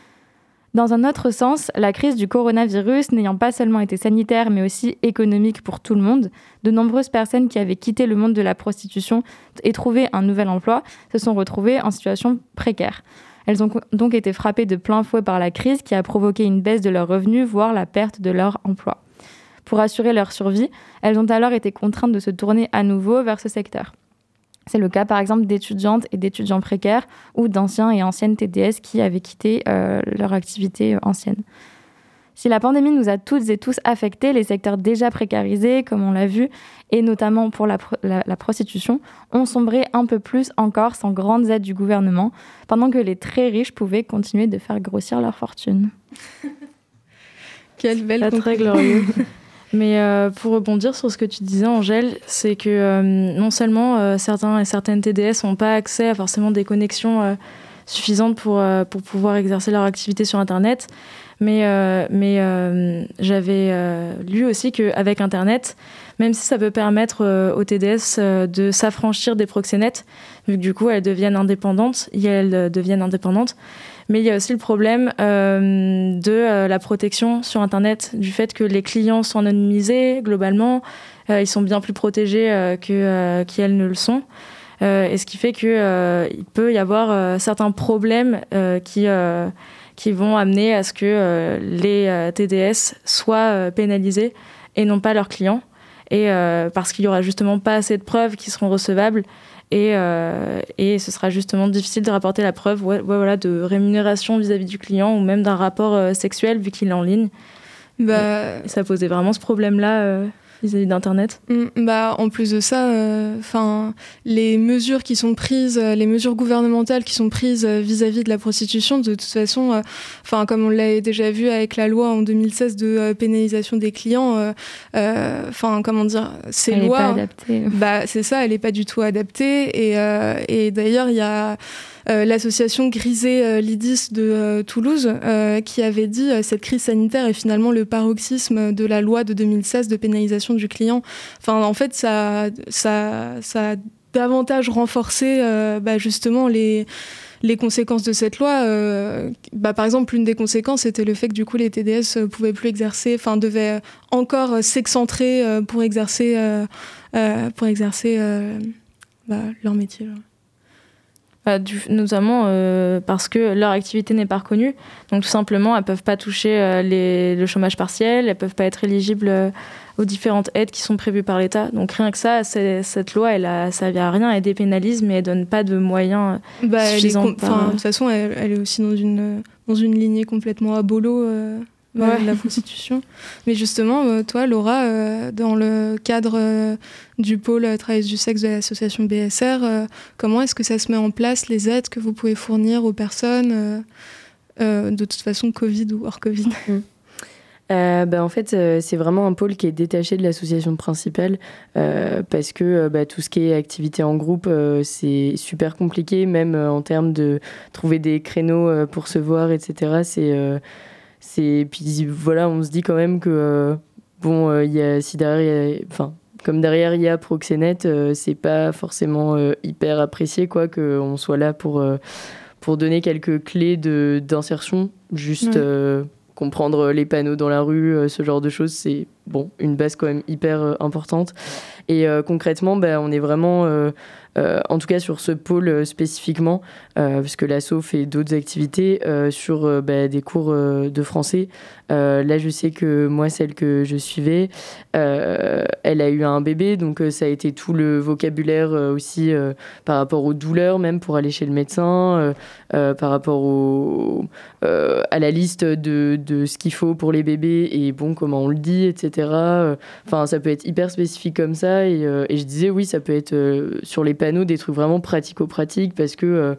Dans un autre sens, la crise du coronavirus n'ayant pas seulement été sanitaire mais aussi économique pour tout le monde, de nombreuses personnes qui avaient quitté le monde de la prostitution et trouvé un nouvel emploi se sont retrouvées en situation précaire. Elles ont donc été frappées de plein fouet par la crise qui a provoqué une baisse de leurs revenus, voire la perte de leur emploi. Pour assurer leur survie, elles ont alors été contraintes de se tourner à nouveau vers ce secteur. C'est le cas par exemple d'étudiantes et d'étudiants précaires ou d'anciens et anciennes TDS qui avaient quitté leur activité ancienne. Si la pandémie nous a toutes et tous affectés, les secteurs déjà précarisés, comme on l'a vu, et notamment pour la prostitution, ont sombré un peu plus encore sans grandes aides du gouvernement, pendant que les très riches pouvaient continuer de faire grossir leur fortune. Quelle belle conclusion. Très glorieux. Mais pour rebondir sur ce que tu disais, Angèle, c'est que non seulement certains et certaines TDS n'ont pas accès à forcément des connexions suffisantes pour pouvoir exercer leur activité sur Internet. Mais j'avais lu aussi qu'avec Internet, même si ça peut permettre aux TDS de s'affranchir des proxénètes, vu que du coup elles deviennent indépendantes, mais il y a aussi le problème de la protection sur Internet, du fait que les clients sont anonymisés globalement, ils sont bien plus protégés qu'elles ne le sont. Et ce qui fait qu'il peut y avoir certains problèmes qui vont amener à ce que les TDS soient pénalisés et non pas leurs clients. Et parce qu'il n'y aura justement pas assez de preuves qui seront recevables et ce sera justement difficile de rapporter la preuve voilà, de rémunération vis-à-vis du client ou même d'un rapport sexuel vu qu'il est en ligne. Et ça posait vraiment ce problème-là vis-à-vis d'Internet. En plus de ça, les mesures qui sont prises, les mesures gouvernementales qui sont prises vis-à-vis de la prostitution, de toute façon, comme on l'a déjà vu avec la loi en 2016 de pénalisation des clients, ces lois, elle n'est pas adaptée. C'est ça, elle n'est pas du tout adaptée. Et d'ailleurs, il y a l'association Grisé Lidis de Toulouse qui avait dit cette crise sanitaire est finalement le paroxysme de la loi de 2016 de pénalisation du client. En fait, ça a davantage renforcé justement les conséquences de cette loi. Par exemple, l'une des conséquences c'était le fait que du coup les TDS pouvaient plus exercer, devaient encore s'excentrer pour exercer leur métier. Notamment parce que leur activité n'est pas reconnue. Donc tout simplement, elles ne peuvent pas toucher le chômage partiel, elles ne peuvent pas être éligibles aux différentes aides qui sont prévues par l'État. Donc rien que ça, cette loi, elle a servi à rien, elle dépénalise, mais elle ne donne pas de moyens suffisants. De toute façon, elle est aussi dans une lignée complètement abolo de la prostitution. Mais justement, toi, Laura, dans le cadre du pôle travailleuse du sexe de l'association BSR, comment est-ce que ça se met en place, les aides que vous pouvez fournir aux personnes, de toute façon, Covid ou hors Covid? En fait, c'est vraiment un pôle qui est détaché de l'association principale parce que tout ce qui est activité en groupe, c'est super compliqué, même en termes de trouver des créneaux pour se voir, etc. Puis voilà, on se dit quand même que comme derrière il y a Proxénète, c'est pas forcément hyper apprécié qu'on soit là pour donner quelques clés d'insertion, juste comprendre les panneaux dans la rue, ce genre de choses, c'est une base quand même hyper importante. Et concrètement, on est vraiment, en tout cas sur ce pôle spécifiquement, puisque l'asso fait d'autres activités sur des cours de français. Là, je sais que moi, celle que je suivais, elle a eu un bébé, donc ça a été tout le vocabulaire aussi par rapport aux douleurs, même pour aller chez le médecin, par rapport à la liste de ce qu'il faut pour les bébés et comment on le dit, etc. Ça peut être hyper spécifique comme ça. Et je disais, oui, ça peut être sur les panneaux des trucs vraiment pratico-pratiques parce que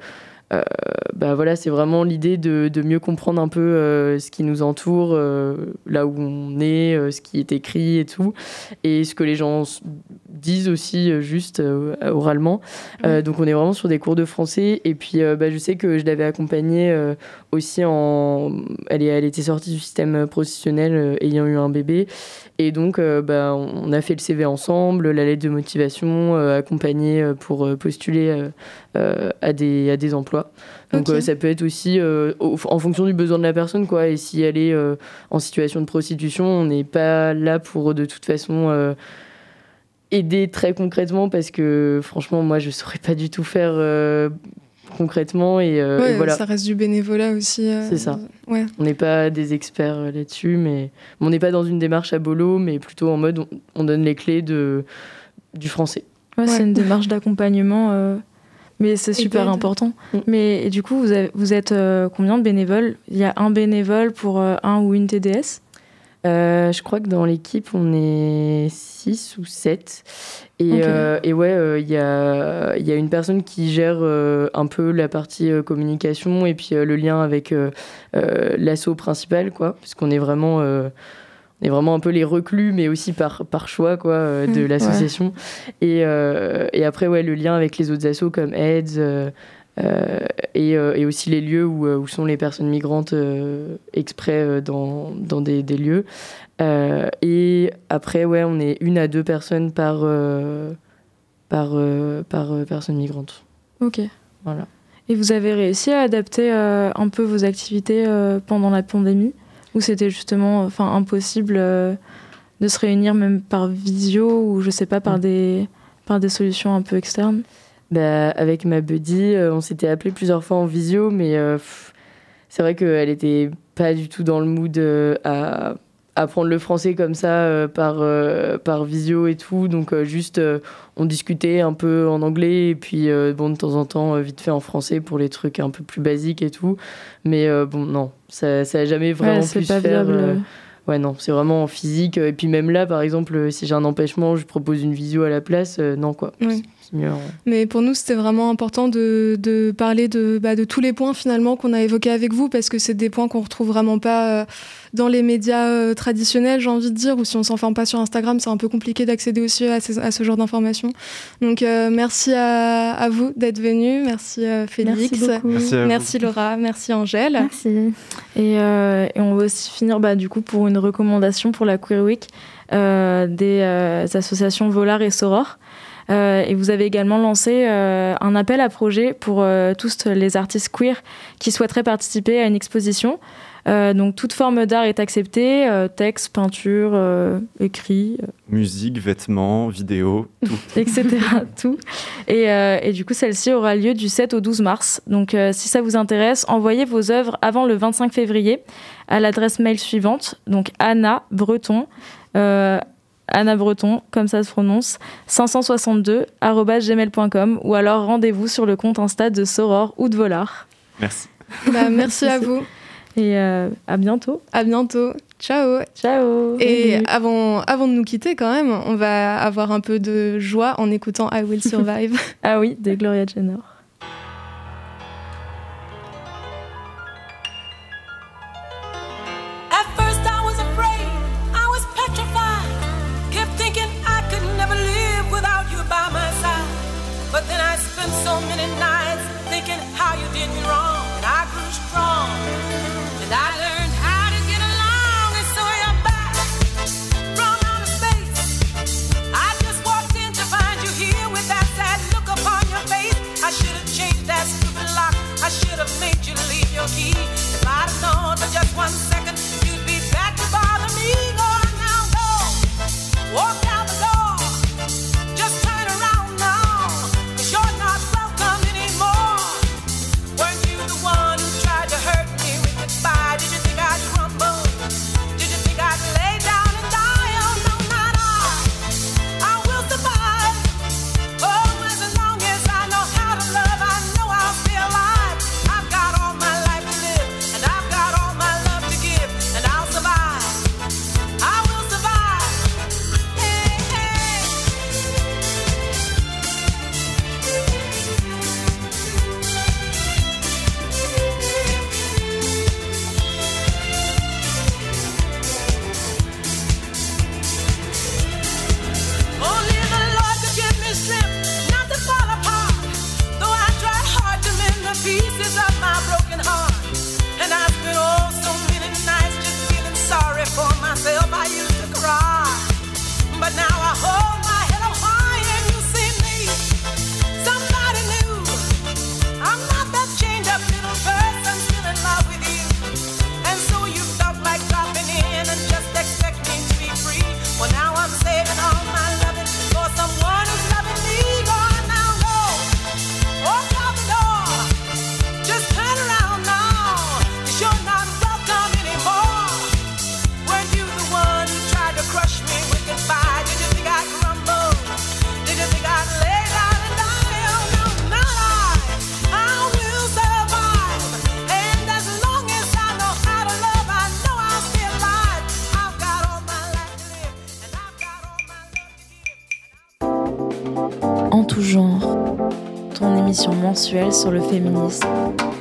c'est vraiment l'idée de mieux comprendre un peu ce qui nous entoure, là où on est, ce qui est écrit et tout, et ce que les gens disent aussi juste oralement. Donc on est vraiment sur des cours de français. Et puis je sais que je l'avais accompagnée aussi elle était sortie du système professionnel ayant eu un bébé. Et donc, on a fait le CV ensemble, la lettre de motivation, accompagnée pour postuler à des emplois. Donc, ça peut être aussi en fonction du besoin de la personne, quoi. Et si elle est en situation de prostitution, on n'est pas là pour, de toute façon, aider très concrètement parce que, franchement, moi, je ne saurais pas du tout faire concrètement et voilà. Ça reste du bénévolat aussi. C'est ça. Ouais. On n'est pas des experts là-dessus, mais on n'est pas dans une démarche à bolo, mais plutôt en mode on donne les clés du français. Ouais, c'est une démarche d'accompagnement, mais c'est super important. Mais et du coup, vous êtes combien de bénévoles? Il y a un bénévole pour un ou une TDS? Je crois que dans l'équipe, on est 6 ou 7. Et il y a une personne qui gère un peu la partie communication et puis le lien avec l'asso principal, quoi, parce qu'on est vraiment un peu les reclus, mais aussi par choix, quoi, de l'association. Ouais. Et après, le lien avec les autres assos comme AIDS, et aussi les lieux où sont les personnes migrantes exprès dans des lieux. Et après, ouais, on est 1 à 2 personnes par personne migrante. Ok. Voilà. Et vous avez réussi à adapter un peu vos activités pendant la pandémie, ou c'était justement impossible de se réunir même par visio ou je sais pas par des solutions un peu externes? Avec ma buddy, on s'était appelé plusieurs fois en visio, mais c'est vrai qu'elle était pas du tout dans le mood à apprendre le français comme ça par visio et tout, donc juste on discutait un peu en anglais et puis de temps en temps vite fait en français pour les trucs un peu plus basiques et tout, mais non, ça a jamais vraiment pu se faire. Ouais, non, c'est vraiment en physique. Et puis même là, par exemple, si j'ai un empêchement, je propose une visio à la place. Non, quoi. Oui. C'est mieux. Mais pour nous, c'était vraiment important de parler de tous les points finalement qu'on a évoqués avec vous, parce que c'est des points qu'on retrouve vraiment pas dans les médias traditionnels, j'ai envie de dire, ou si on s'informe pas sur Instagram, c'est un peu compliqué d'accéder aussi à ce genre d'informations. Donc merci à vous d'être venus. Merci Félix. Merci beaucoup. Merci Laura. Merci Angèle. Merci. Et on va aussi finir du coup pour une recommandation pour la Queer Week des associations Volar et Soror. Et vous avez également lancé un appel à projet pour tous les artistes queer qui souhaiteraient participer à une exposition. Donc toute forme d'art est acceptée, texte, peinture, écrit. Musique, vêtements, vidéos, tout. Etc. tout. Et du coup, celle-ci aura lieu du 7 au 12 mars. Donc si ça vous intéresse, envoyez vos œuvres avant le 25 février à l'adresse mail suivante, donc Anna Breton, comme ça se prononce, 562@gmail.com, ou alors rendez-vous sur le compte Insta de Soror ou de Volar. Merci. Merci à vous. Et à bientôt. À bientôt. Ciao. Ciao. Et avant de nous quitter quand même, on va avoir un peu de joie en écoutant I Will Survive. Ah oui, de Gloria Gaynor. But then I spent so many nights thinking how you did me wrong, and I grew strong, and I learned how to get along, and so you're back from outer space. I just walked in to find you here with that sad look upon your face. I should have changed that stupid lock, I should have made you leave your key. If I'd have known for just 1 second you'd be back to bother me. Go on now, go, walk out the door. En tout genre, ton émission mensuelle sur le féminisme.